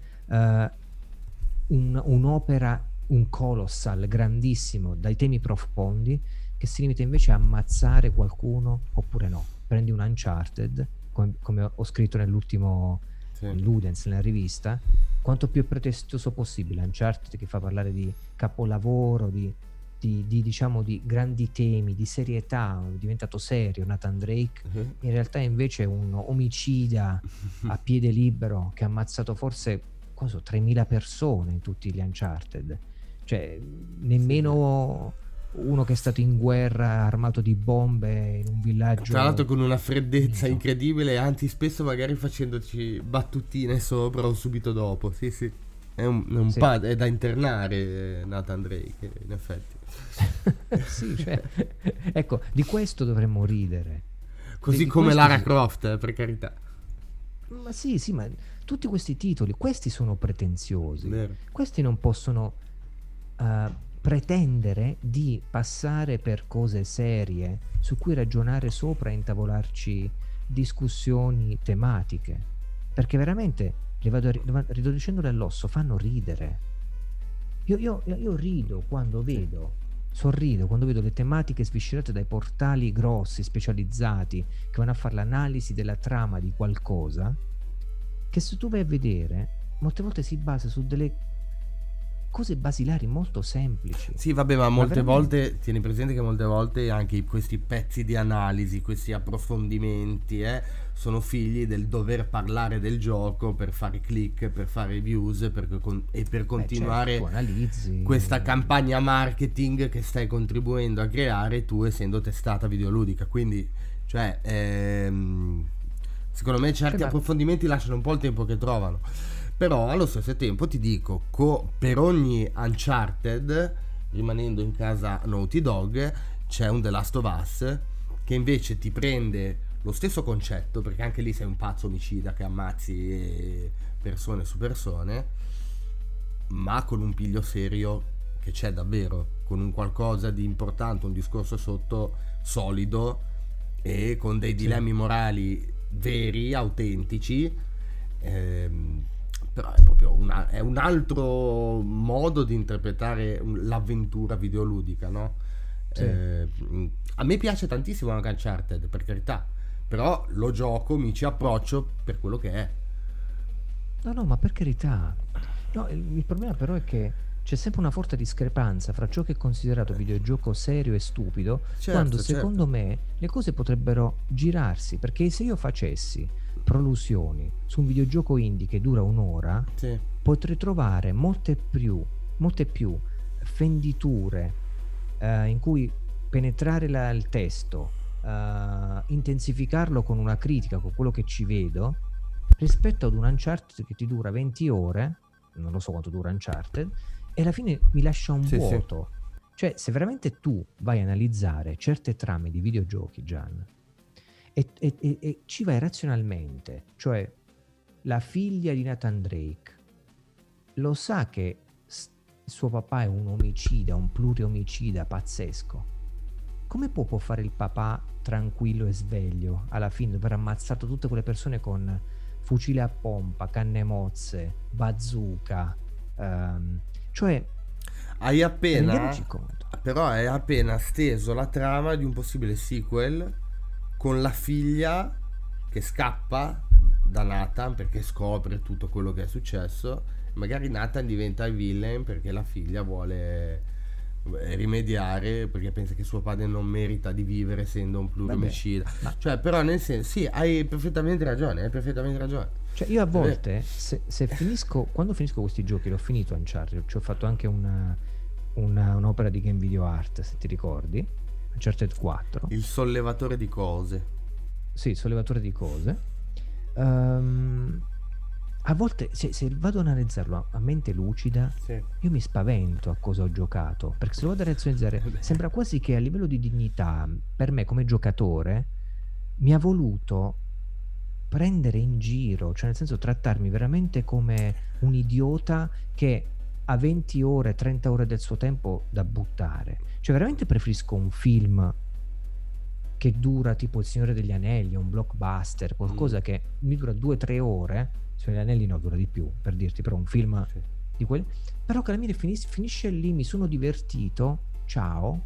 un'opera, un colossal grandissimo dai temi profondi, che si limita invece a ammazzare qualcuno oppure no. Prendi un Uncharted, come ho scritto nell'ultimo Ludens, nella rivista, quanto più pretestuoso possibile. Uncharted che fa parlare di capolavoro, di diciamo di grandi temi, di serietà, è diventato serio Nathan Drake, in realtà invece è un omicida a piede libero che ha ammazzato forse 3.000 persone in tutti gli Uncharted, cioè nemmeno uno che è stato in guerra armato di bombe in un villaggio, tra l'altro con una freddezza incredibile, anzi spesso magari facendoci battutine sopra o subito dopo. Sì, è è da internare Nathan Drake, in effetti. Sì, cioè, ecco, di questo dovremmo ridere, così come Lara Croft, per carità. Ma sì, ma tutti questi titoli, questi sono pretenziosi. Vero. Questi non possono pretendere di passare per cose serie su cui ragionare sopra e intavolarci discussioni tematiche, perché veramente le vado riducendole all'osso, fanno ridere. Io rido quando vedo, sorrido quando vedo le tematiche sviscerate dai portali grossi specializzati che vanno a fare l'analisi della trama di qualcosa, che se tu vai a vedere molte volte si basa su delle cose basilari molto semplici. Sì, vabbè, ma molte volte tieni presente che molte volte anche questi pezzi di analisi, questi approfondimenti sono figli del dover parlare del gioco per fare click, per fare views e per continuare questa campagna marketing che stai contribuendo a creare tu, essendo testata videoludica. Quindi cioè secondo me certi approfondimenti lasciano un po' il tempo che trovano. Però allo stesso tempo ti dico, per ogni Uncharted, rimanendo in casa Naughty Dog, c'è un The Last of Us che invece ti prende lo stesso concetto, perché anche lì sei un pazzo omicida che ammazzi persone su persone, ma con un piglio serio che c'è davvero, con un qualcosa di importante, un discorso sotto solido e con dei dilemmi morali veri, autentici. Però è proprio è un altro modo di interpretare l'avventura videoludica, no? Sì. A me piace tantissimo anche Uncharted, per carità, però lo gioco, mi ci approccio per quello che è. No, ma per carità. No, il problema però è che c'è sempre una forte discrepanza fra ciò che è considerato videogioco serio e stupido, quando secondo me le cose potrebbero girarsi, perché se io facessi prolusioni su un videogioco indie che dura un'ora, Sì. potrei trovare molte più fenditure in cui penetrare il testo, intensificarlo con una critica, con quello che ci vedo, rispetto ad un Uncharted che ti dura 20 ore, non lo so quanto dura Uncharted, e alla fine mi lascia un Sì, vuoto. Cioè, se veramente tu vai a analizzare certe trame di videogiochi, Gian, e ci vai razionalmente, cioè la figlia di Nathan Drake lo sa che suo papà è un omicida, un pluriomicida pazzesco. Come può fare il papà tranquillo e sveglio alla fine dopo aver ammazzato tutte quelle persone con fucile a pompa, canne mozze, bazooka, cioè Hai appena, rendiamoci conto. però hai appena steso la trama di un possibile sequel con la figlia che scappa da Nathan perché scopre tutto quello che è successo. Magari Nathan diventa il villain perché la figlia vuole rimediare perché pensa che suo padre non merita di vivere essendo un pluriomicida. Ma Cioè, però nel senso, sì, hai perfettamente ragione, cioè io a È vero. volte se finisco, quando finisco questi giochi, l'ho finito Uncharted, ci ho fatto anche un'opera di game video art, se ti ricordi, Uncharted 4. Il sollevatore di cose. Sì, sollevatore di cose. A volte se vado ad analizzarlo a mente lucida, Sì. io mi spavento a cosa ho giocato, perché se lo vado a razionalizzare sembra quasi che a livello di dignità per me come giocatore mi ha voluto prendere in giro, cioè nel senso trattarmi veramente come un idiota che ha 20 ore, 30 ore del suo tempo da buttare. Cioè veramente preferisco un film che dura tipo Il Signore degli Anelli, un blockbuster, qualcosa che mi dura 2-3 ore. Il Signore degli Anelli no, dura di più, per dirti, però un film Sì. di quelli, però che alla fine finisce lì, mi sono divertito, ciao,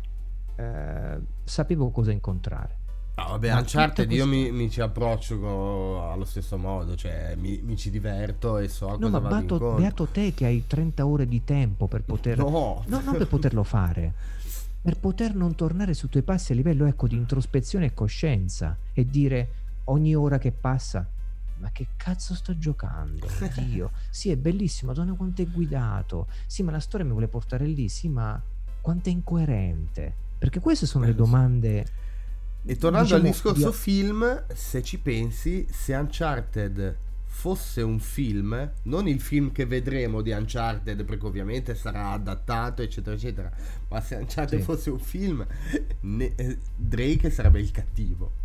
sapevo cosa incontrare. Ah, vabbè, Ma Uncharted tutta io questa- mi ci approccio allo stesso modo, cioè mi ci diverto e so a No, cosa ma vado incontro. beato te che hai 30 ore di tempo per poter... No. No, non per poterlo fare, per poter non tornare sui tuoi passi a livello, ecco, di introspezione e coscienza e dire ogni ora che passa, ma che cazzo sto giocando? Dio, sì, è bellissimo, madonna quanto è guidato, sì, ma la storia mi vuole portare lì, sì, ma quanto è incoerente, perché queste sono le Bello, sì. domande. E tornando al diciamo, discorso film, se ci pensi, se Uncharted fosse un film, non il film che vedremo di Uncharted, perché ovviamente sarà adattato, eccetera, eccetera, ma se Uncharted Sì. fosse un film, Drake sarebbe il cattivo.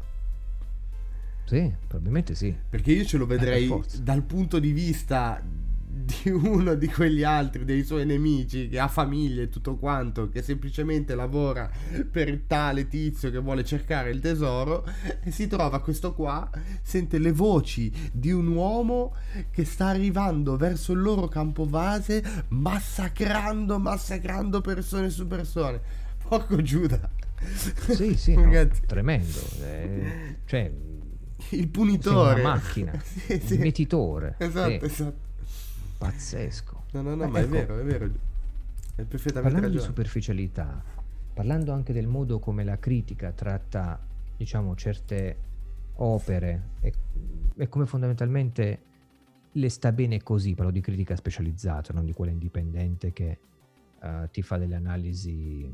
Sì, probabilmente sì. Perché io ce lo per vedrei forza. dal punto di vista di uno di quegli altri, dei suoi nemici, che ha famiglia e tutto quanto, che semplicemente lavora per tale tizio che vuole cercare il tesoro e si trova questo qua, sente le voci di un uomo che sta arrivando verso il loro campo base massacrando persone su persone. Porco Giuda. Sì, sì, no, Ragazzi, tremendo. Cioè, il punitore. sei una macchina, Sì, un sì. mietitore. Esatto, Sì, esatto. pazzesco. No, ma è Ecco, vero, hai perfettamente parlando di ragione. superficialità, parlando anche del modo come la critica tratta, diciamo, certe opere e come fondamentalmente le sta bene così, parlo di critica specializzata, non di quella indipendente che ti fa delle analisi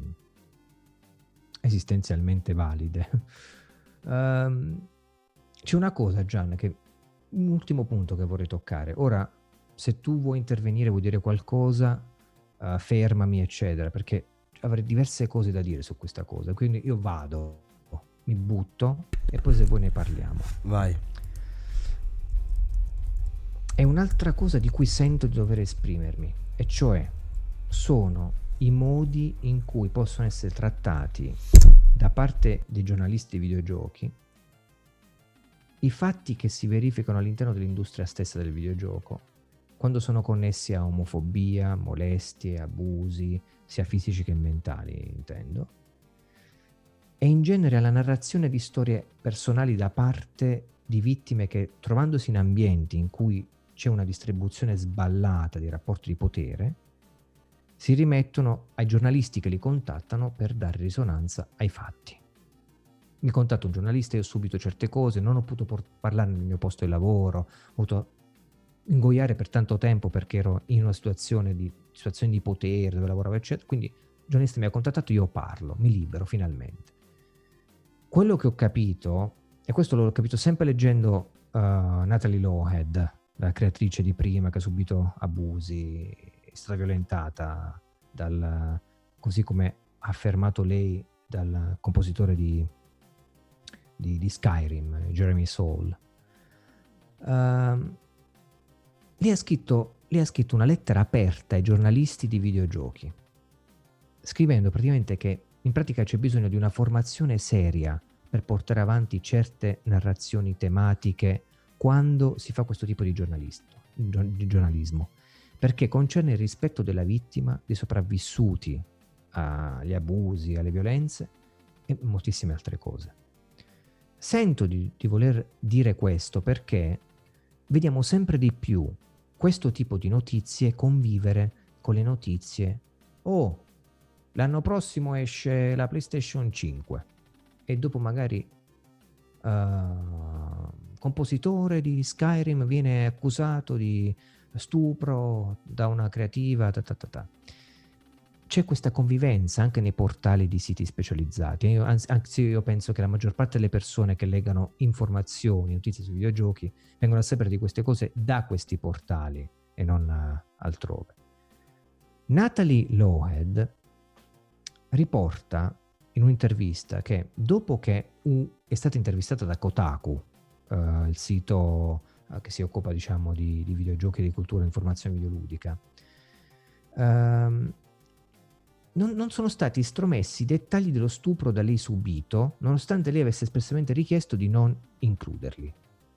esistenzialmente valide. C'è una cosa, Gian, che un ultimo punto che vorrei toccare. Ora, se tu vuoi intervenire, vuoi dire qualcosa, fermami, eccetera, perché avrei diverse cose da dire su questa cosa. Quindi io vado, mi butto e poi se vuoi ne parliamo. Vai. È un'altra cosa di cui sento di dover esprimermi, e cioè sono i modi in cui possono essere trattati da parte dei giornalisti di videogiochi i fatti che si verificano all'interno dell'industria stessa del videogioco, quando sono connessi a omofobia, molestie, abusi, sia fisici che mentali, intendo, e in genere alla narrazione di storie personali da parte di vittime che, trovandosi in ambienti in cui c'è una distribuzione sballata di rapporti di potere, si rimettono ai giornalisti che li contattano per dare risonanza ai fatti. Mi contatta un giornalista, io ho subito certe cose, non ho potuto parlare nel mio posto di lavoro, ho avuto ingoiare per tanto tempo perché ero in una situazione di potere dove lavoravo, eccetera. Quindi il giornalista mi ha contattato, io parlo, mi libero finalmente. Quello che ho capito, e questo l'ho capito sempre leggendo Natalie Lohead, la creatrice di Prima, che ha subito abusi, è stata violentata così come ha affermato lei, dal compositore di Skyrim, Jeremy Soule. Lei ha scritto una lettera aperta ai giornalisti di videogiochi, scrivendo praticamente che in pratica c'è bisogno di una formazione seria per portare avanti certe narrazioni tematiche quando si fa questo tipo di giornalismo, perché concerne il rispetto della vittima, dei sopravvissuti agli abusi, alle violenze e moltissime altre cose. Sento di voler dire questo perché vediamo sempre di più questo tipo di notizie convivere con le notizie: oh, l'anno prossimo esce la PlayStation 5, e dopo magari compositore di Skyrim viene accusato di stupro da una creativa, C'è questa convivenza anche nei portali di siti specializzati. Anzi, io penso che la maggior parte delle persone che leggano informazioni, notizie sui videogiochi, vengono a sapere di queste cose da questi portali e non altrove. Natalie Lohead riporta in un'intervista che dopo che è stata intervistata da Kotaku, il sito che si occupa, diciamo, di videogiochi, di cultura e informazione videoludica, non sono stati estromessi i dettagli dello stupro da lei subito, nonostante lei avesse espressamente richiesto di non includerli.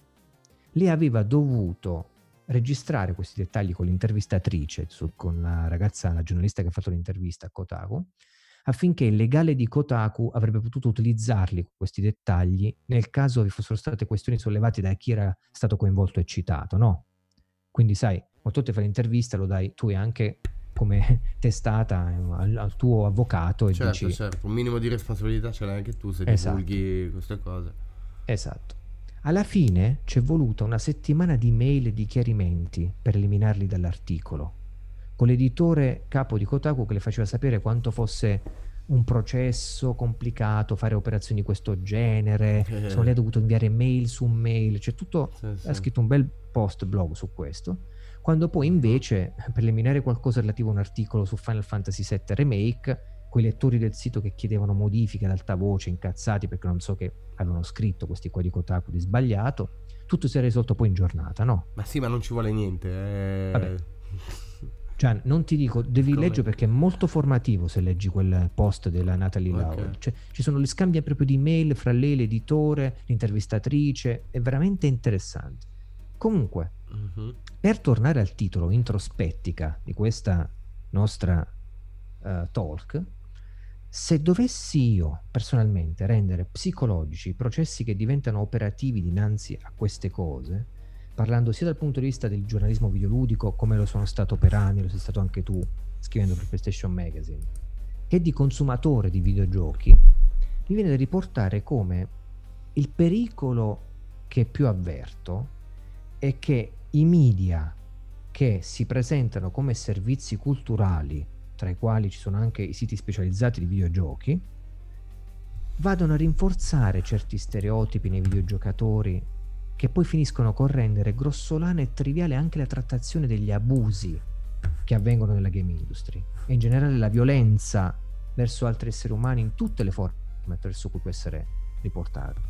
Lei aveva dovuto registrare questi dettagli con l'intervistatrice, con la ragazza, la giornalista che ha fatto l'intervista a Kotaku, affinché il legale di Kotaku avrebbe potuto utilizzarli, questi dettagli, nel caso vi fossero state questioni sollevate da chi era stato coinvolto e citato, no? Quindi sai, quando tu ti fai l'intervista lo dai tu e anche come testata al tuo avvocato e certo, dici... certo, un minimo di responsabilità ce l'hai anche tu se Esatto. divulghi queste cose. Esatto. Alla fine c'è voluta una settimana di mail e di chiarimenti per eliminarli dall'articolo, con l'editore capo di Kotaku che le faceva sapere quanto fosse un processo complicato fare operazioni di questo genere. Lei ha dovuto inviare mail su mail, cioè tutto. Sì. Ha scritto un bel post blog su questo, quando poi invece per eliminare qualcosa relativo a un articolo su Final Fantasy VII Remake, quei lettori del sito che chiedevano modifiche ad alta voce, incazzati perché non so che avevano scritto questi qua di Kotaku di sbagliato, tutto si è risolto poi in giornata, no? Ma sì, ma non ci vuole niente. Vabbè. Cioè, non ti dico, devi leggere perché è molto formativo se leggi quel post della Natalie Lowery. Cioè, ci sono le scambia proprio di mail fra lei, l'editore, l'intervistatrice, è veramente interessante. Comunque, per tornare al titolo introspettica di questa nostra talk, se dovessi io personalmente rendere psicologici i processi che diventano operativi dinanzi a queste cose, parlando sia dal punto di vista del giornalismo videoludico, come lo sono stato per anni, lo sei stato anche tu scrivendo per PlayStation Magazine, che di consumatore di videogiochi, mi viene da riportare come il pericolo che più avverto è che i media che si presentano come servizi culturali, tra i quali ci sono anche i siti specializzati di videogiochi, vadano a rinforzare certi stereotipi nei videogiocatori che poi finiscono con rendere grossolana e triviale anche la trattazione degli abusi che avvengono nella game industry e in generale la violenza verso altri esseri umani in tutte le forme attraverso cui può essere riportato.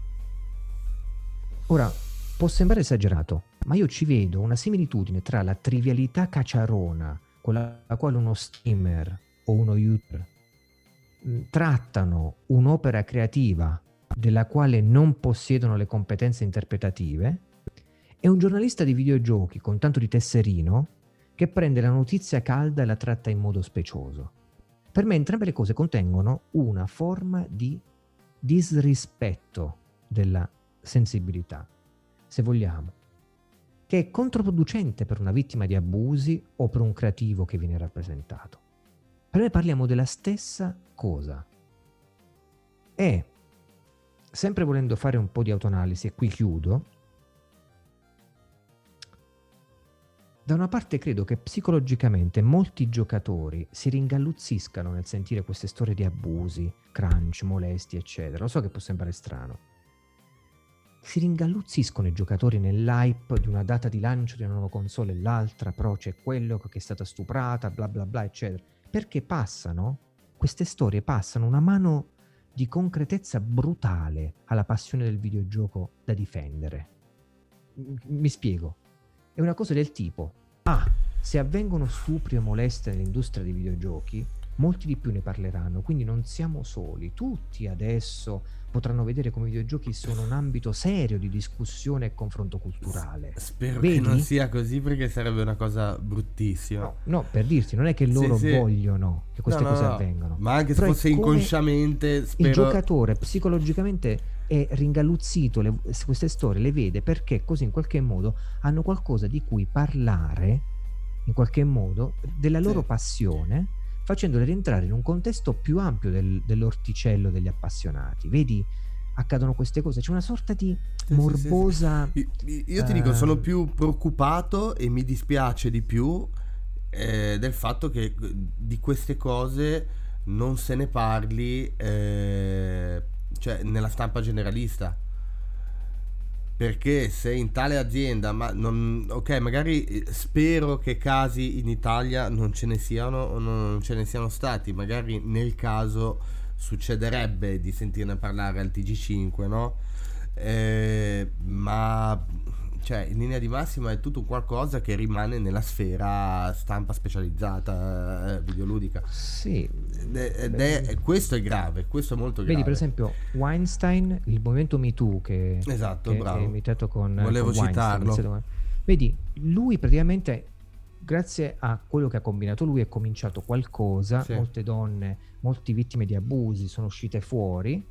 Ora, può sembrare esagerato, ma io ci vedo una similitudine tra la trivialità cacciarona con la quale uno streamer o uno youtuber trattano un'opera creativa della quale non possiedono le competenze interpretative, e un giornalista di videogiochi con tanto di tesserino che prende la notizia calda e la tratta in modo specioso. Per me entrambe le cose contengono una forma di disrispetto della sensibilità, se vogliamo, che è controproducente per una vittima di abusi o per un creativo che viene rappresentato. Per me parliamo della stessa cosa. E sempre volendo fare un po' di autoanalisi, e qui chiudo, da una parte credo che psicologicamente molti giocatori si ringalluzziscano nel sentire queste storie di abusi, crunch, molestie, eccetera. Lo so che può sembrare strano. Si ringalluzziscono i giocatori nell'hype di una data di lancio di una nuova console e l'altra, però c'è quello che è stata stuprata, bla bla bla, eccetera. Perché queste storie passano una mano di concretezza brutale alla passione del videogioco da difendere. Mi spiego. È una cosa del tipo: se avvengono stupri o molestie nell'industria dei videogiochi, molti di più ne parleranno, quindi non siamo soli. Tutti adesso potranno vedere come i videogiochi sono un ambito serio di discussione e confronto culturale. Spero Vedi? che non sia così, perché sarebbe una cosa bruttissima. No, per dirti, non è che loro vogliono che queste cose avvengano. Ma anche se però fosse inconsciamente, spero... Il giocatore psicologicamente è ringalluzzito, queste storie le vede perché così in qualche modo hanno qualcosa di cui parlare, in qualche modo, della loro passione, facendole rientrare in un contesto più ampio dell'orticello degli appassionati. Vedi, accadono queste cose, c'è una sorta di morbosa... Io ti dico, sono più preoccupato e mi dispiace di più del fatto che di queste cose non se ne parli cioè nella stampa generalista, perché se in tale azienda magari spero che casi in Italia non ce ne siano o non ce ne siano stati, magari nel caso succederebbe di sentirne parlare al TG5, no? Ma cioè in linea di massima è tutto qualcosa che rimane nella sfera stampa specializzata videoludica. Sì. Questo è grave, questo è molto grave. Vedi, per esempio, Weinstein, il movimento Me Too che bravo. è imitato con Volevo citarlo. Vedi, lui praticamente, grazie a quello che ha combinato lui, è cominciato qualcosa. Molte donne, molte vittime di abusi sono uscite fuori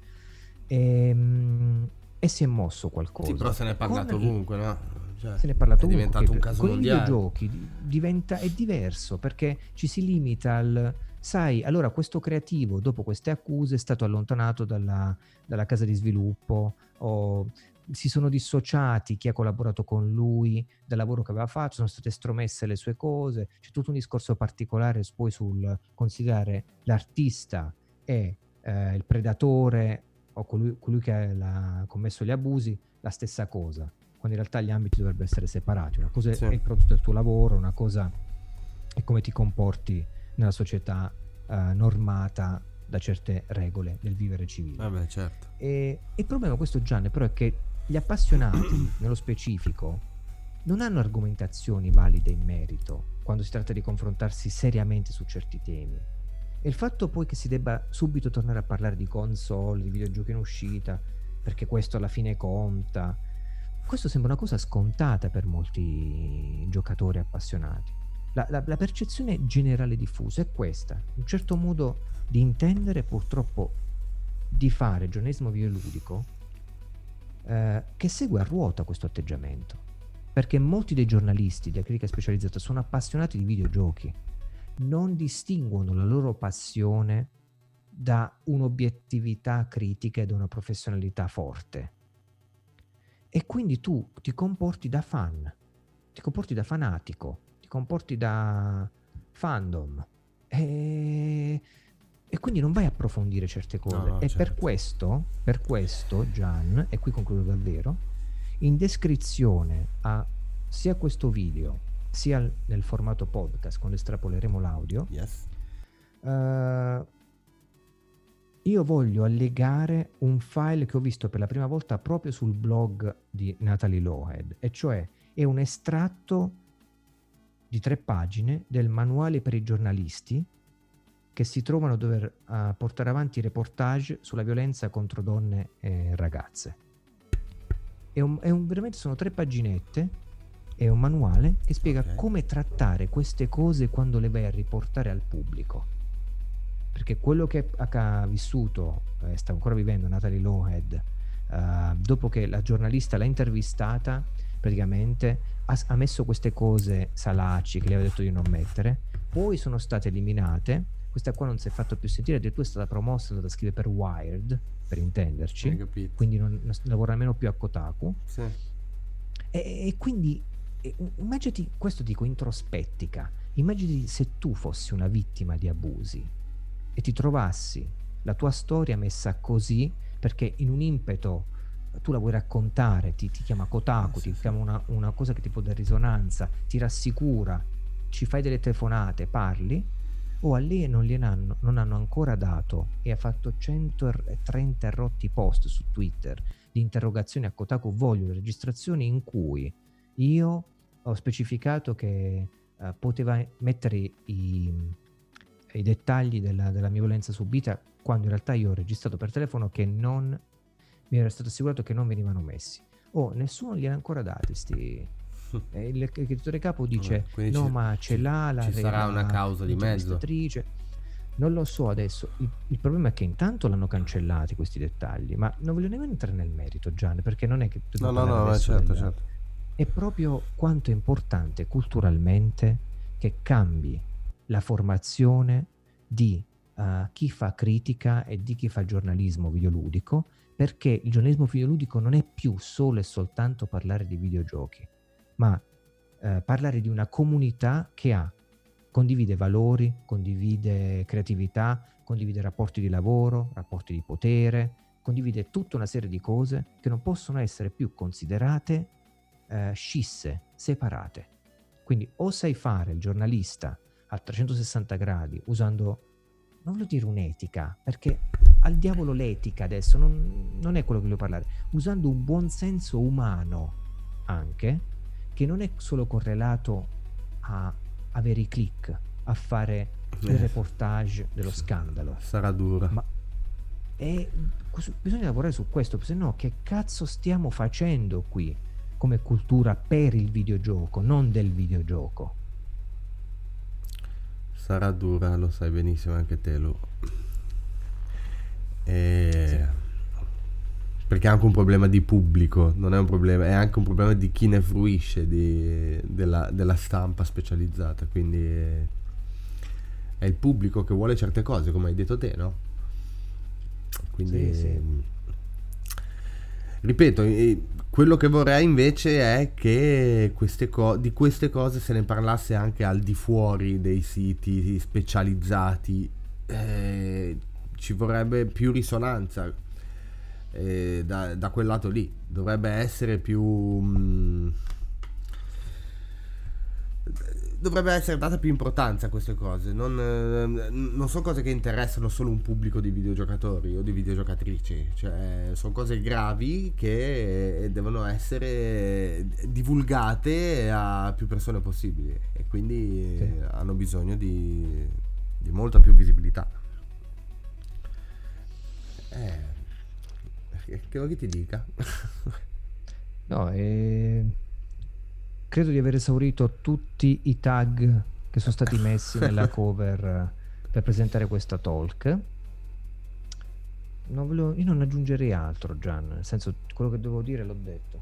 e si è mosso qualcosa. Sì, però se ne è parlato ovunque, no? Cioè, se ne è parlato ovunque. È diventato un caso mondiale. Con i videogiochi è diverso, perché ci si limita al... Sai, allora questo creativo, dopo queste accuse, è stato allontanato dalla casa di sviluppo, o si sono dissociati chi ha collaborato con lui dal lavoro che aveva fatto, sono state estromesse le sue cose. C'è tutto un discorso particolare poi sul considerare l'artista e il predatore o colui che ha commesso gli abusi la stessa cosa, quando in realtà gli ambiti dovrebbero essere separati. Una cosa è il prodotto del tuo lavoro, una cosa è come ti comporti nella società normata da certe regole del vivere civile. Certo. E il problema questo, Gian, però, è che gli appassionati nello specifico non hanno argomentazioni valide in merito quando si tratta di confrontarsi seriamente su certi temi. E il fatto poi che si debba subito tornare a parlare di console, di videogiochi in uscita, perché questo alla fine conta, questo sembra una cosa scontata per molti giocatori appassionati. La percezione generale diffusa è questa, un certo modo di intendere, purtroppo, di fare giornalismo videoludico che segue a ruota questo atteggiamento, perché molti dei giornalisti della critica specializzata sono appassionati di videogiochi, non distinguono la loro passione da un'obiettività critica e da una professionalità forte, e quindi tu ti comporti da fan, ti comporti da fanatico, ti comporti da fandom e quindi non vai a approfondire certe cose. E certo. per questo Gian, e qui concludo davvero, in descrizione a sia questo video sia nel formato podcast, quando estrapoleremo l'audio, io voglio allegare un file che ho visto per la prima volta proprio sul blog di Natalie Lowhead, e cioè è un estratto di 3 pagine del manuale per i giornalisti che si trovano a dover portare avanti reportage sulla violenza contro donne e ragazze. Veramente sono 3 paginette. È un manuale che spiega come trattare queste cose quando le vai a riportare al pubblico, perché quello che ha vissuto, sta ancora vivendo Natalie Lowhead, dopo che la giornalista l'ha intervistata, praticamente ha messo queste cose salaci che le aveva detto di non mettere, poi sono state eliminate. questa qua non si è fatto più sentire, addirittura è stata promossa, è andata a scrivere per Wired, per intenderci, quindi non lavora nemmeno più a Kotaku. Sì. E quindi immaginati, questo dico introspettica, immaginati se tu fossi una vittima di abusi e ti trovassi la tua storia messa così, perché in un impeto tu la vuoi raccontare, ti chiama Kotaku, ti chiama una cosa che ti può dare risonanza, ti rassicura, ci fai delle telefonate, parli, o a lei non hanno ancora dato, e ha fatto 130 rotti post su Twitter di interrogazioni a Kotaku, voglio le registrazioni in cui io ho specificato che poteva mettere i dettagli della mia violenza subita, quando in realtà io ho registrato per telefono che non mi era stato assicurato che non venivano messi. Nessuno gliene ha ancora dati il editore capo dice no, ma ce l'ha la ci sarà una causa di mezzo. Non lo so adesso. Il problema è che intanto l'hanno cancellati questi dettagli, ma non voglio nemmeno entrare nel merito, Gian, perché non è che no, certo. È proprio quanto è importante culturalmente che cambi la formazione di chi fa critica e di chi fa giornalismo videoludico, perché il giornalismo videoludico non è più solo e soltanto parlare di videogiochi, ma parlare di una comunità che condivide valori, condivide creatività, condivide rapporti di lavoro, rapporti di potere, condivide tutta una serie di cose che non possono essere più considerate scisse, separate. Quindi o sai fare il giornalista a 360 gradi usando, non voglio dire un'etica, perché al diavolo l'etica adesso non è quello che voglio parlare, usando un buon senso umano anche, che non è solo correlato a avere i click, a fare il reportage dello scandalo. Sarà dura. Ma bisogna lavorare su questo, se no che cazzo stiamo facendo qui come cultura per il videogioco, non del videogioco? Sarà dura, lo sai benissimo anche te, Lu. Perché è anche un problema di pubblico, non è un problema, è anche un problema di chi ne fruisce della stampa specializzata, quindi è il pubblico che vuole certe cose, come hai detto te, no? Quindi sì. Ripeto, quello che vorrei invece è che di queste cose se ne parlasse anche al di fuori dei siti specializzati. Ci vorrebbe più risonanza da quel lato lì. Dovrebbe essere più dovrebbe essere data più importanza a queste cose. Non sono cose che interessano solo un pubblico di videogiocatori o di videogiocatrici, cioè sono cose gravi che devono essere divulgate a più persone possibili, e quindi hanno bisogno di molta più visibilità. Che vuoi che ti dica? No, credo di aver esaurito tutti i tag che sono stati messi nella cover per presentare questa talk. Io non aggiungerei altro, Gian, nel senso, quello che dovevo dire l'ho detto.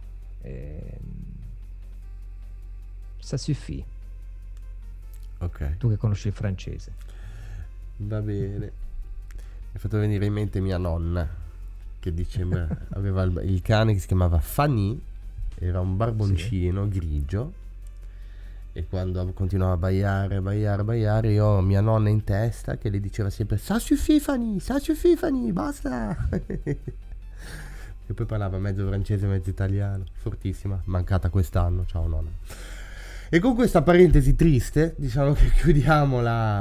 Ça suffit. Ok. Tu che conosci il francese. Va bene. Mi è fatto venire in mente mia nonna, che diceva aveva il cane che si chiamava Fanny. Era un barboncino grigio, e quando continuava a baiare, io ho mia nonna in testa che le diceva sempre "Ça suffit Fanny, basta". E poi parlava mezzo francese, mezzo italiano, fortissima, mancata quest'anno, ciao nonna. E con questa parentesi triste, diciamo che chiudiamo la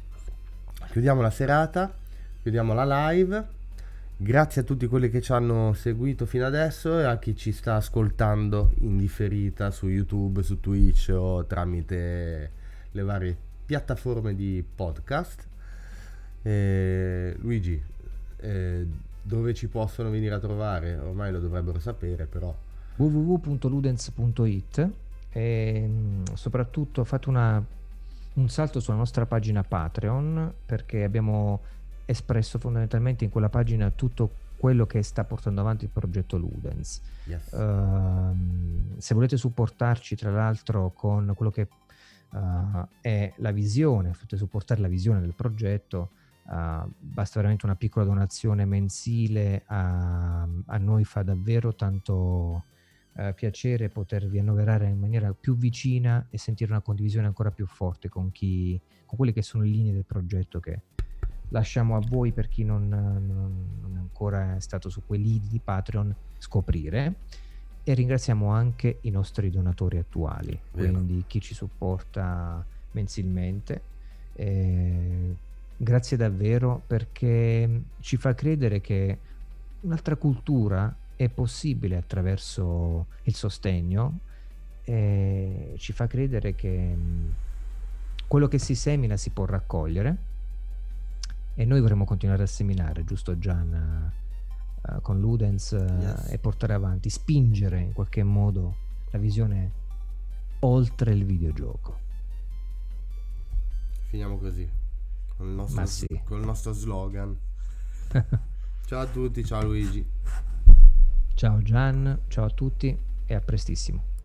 serata, chiudiamo la live. Grazie a tutti quelli che ci hanno seguito fino adesso, e a chi ci sta ascoltando in differita su YouTube, su Twitch o tramite le varie piattaforme di podcast. Luigi, dove ci possono venire a trovare? Ormai lo dovrebbero sapere, però. www.ludens.it, e soprattutto fate un salto sulla nostra pagina Patreon, perché abbiamo espresso fondamentalmente in quella pagina tutto quello che sta portando avanti il progetto Ludens. Yes. Se volete supportarci, tra l'altro, con quello che è la visione, fate supportare la visione del progetto. Basta veramente una piccola donazione mensile, a noi fa davvero tanto piacere potervi annoverare in maniera più vicina e sentire una condivisione ancora più forte con quelle che sono le linee del progetto, che lasciamo a voi, per chi non è ancora stato su quei lidi di Patreon, scoprire. E ringraziamo anche i nostri donatori attuali, quindi chi ci supporta mensilmente. Grazie davvero, perché ci fa credere che un'altra cultura è possibile attraverso il sostegno, e ci fa credere che quello che si semina si può raccogliere, e noi vorremmo continuare a seminare, giusto Gian? Con Ludens, Yes. e portare avanti, spingere in qualche modo la visione oltre il videogioco. Finiamo così con il nostro slogan. Ciao a tutti, ciao Luigi. Ciao Gian, ciao a tutti e a prestissimo.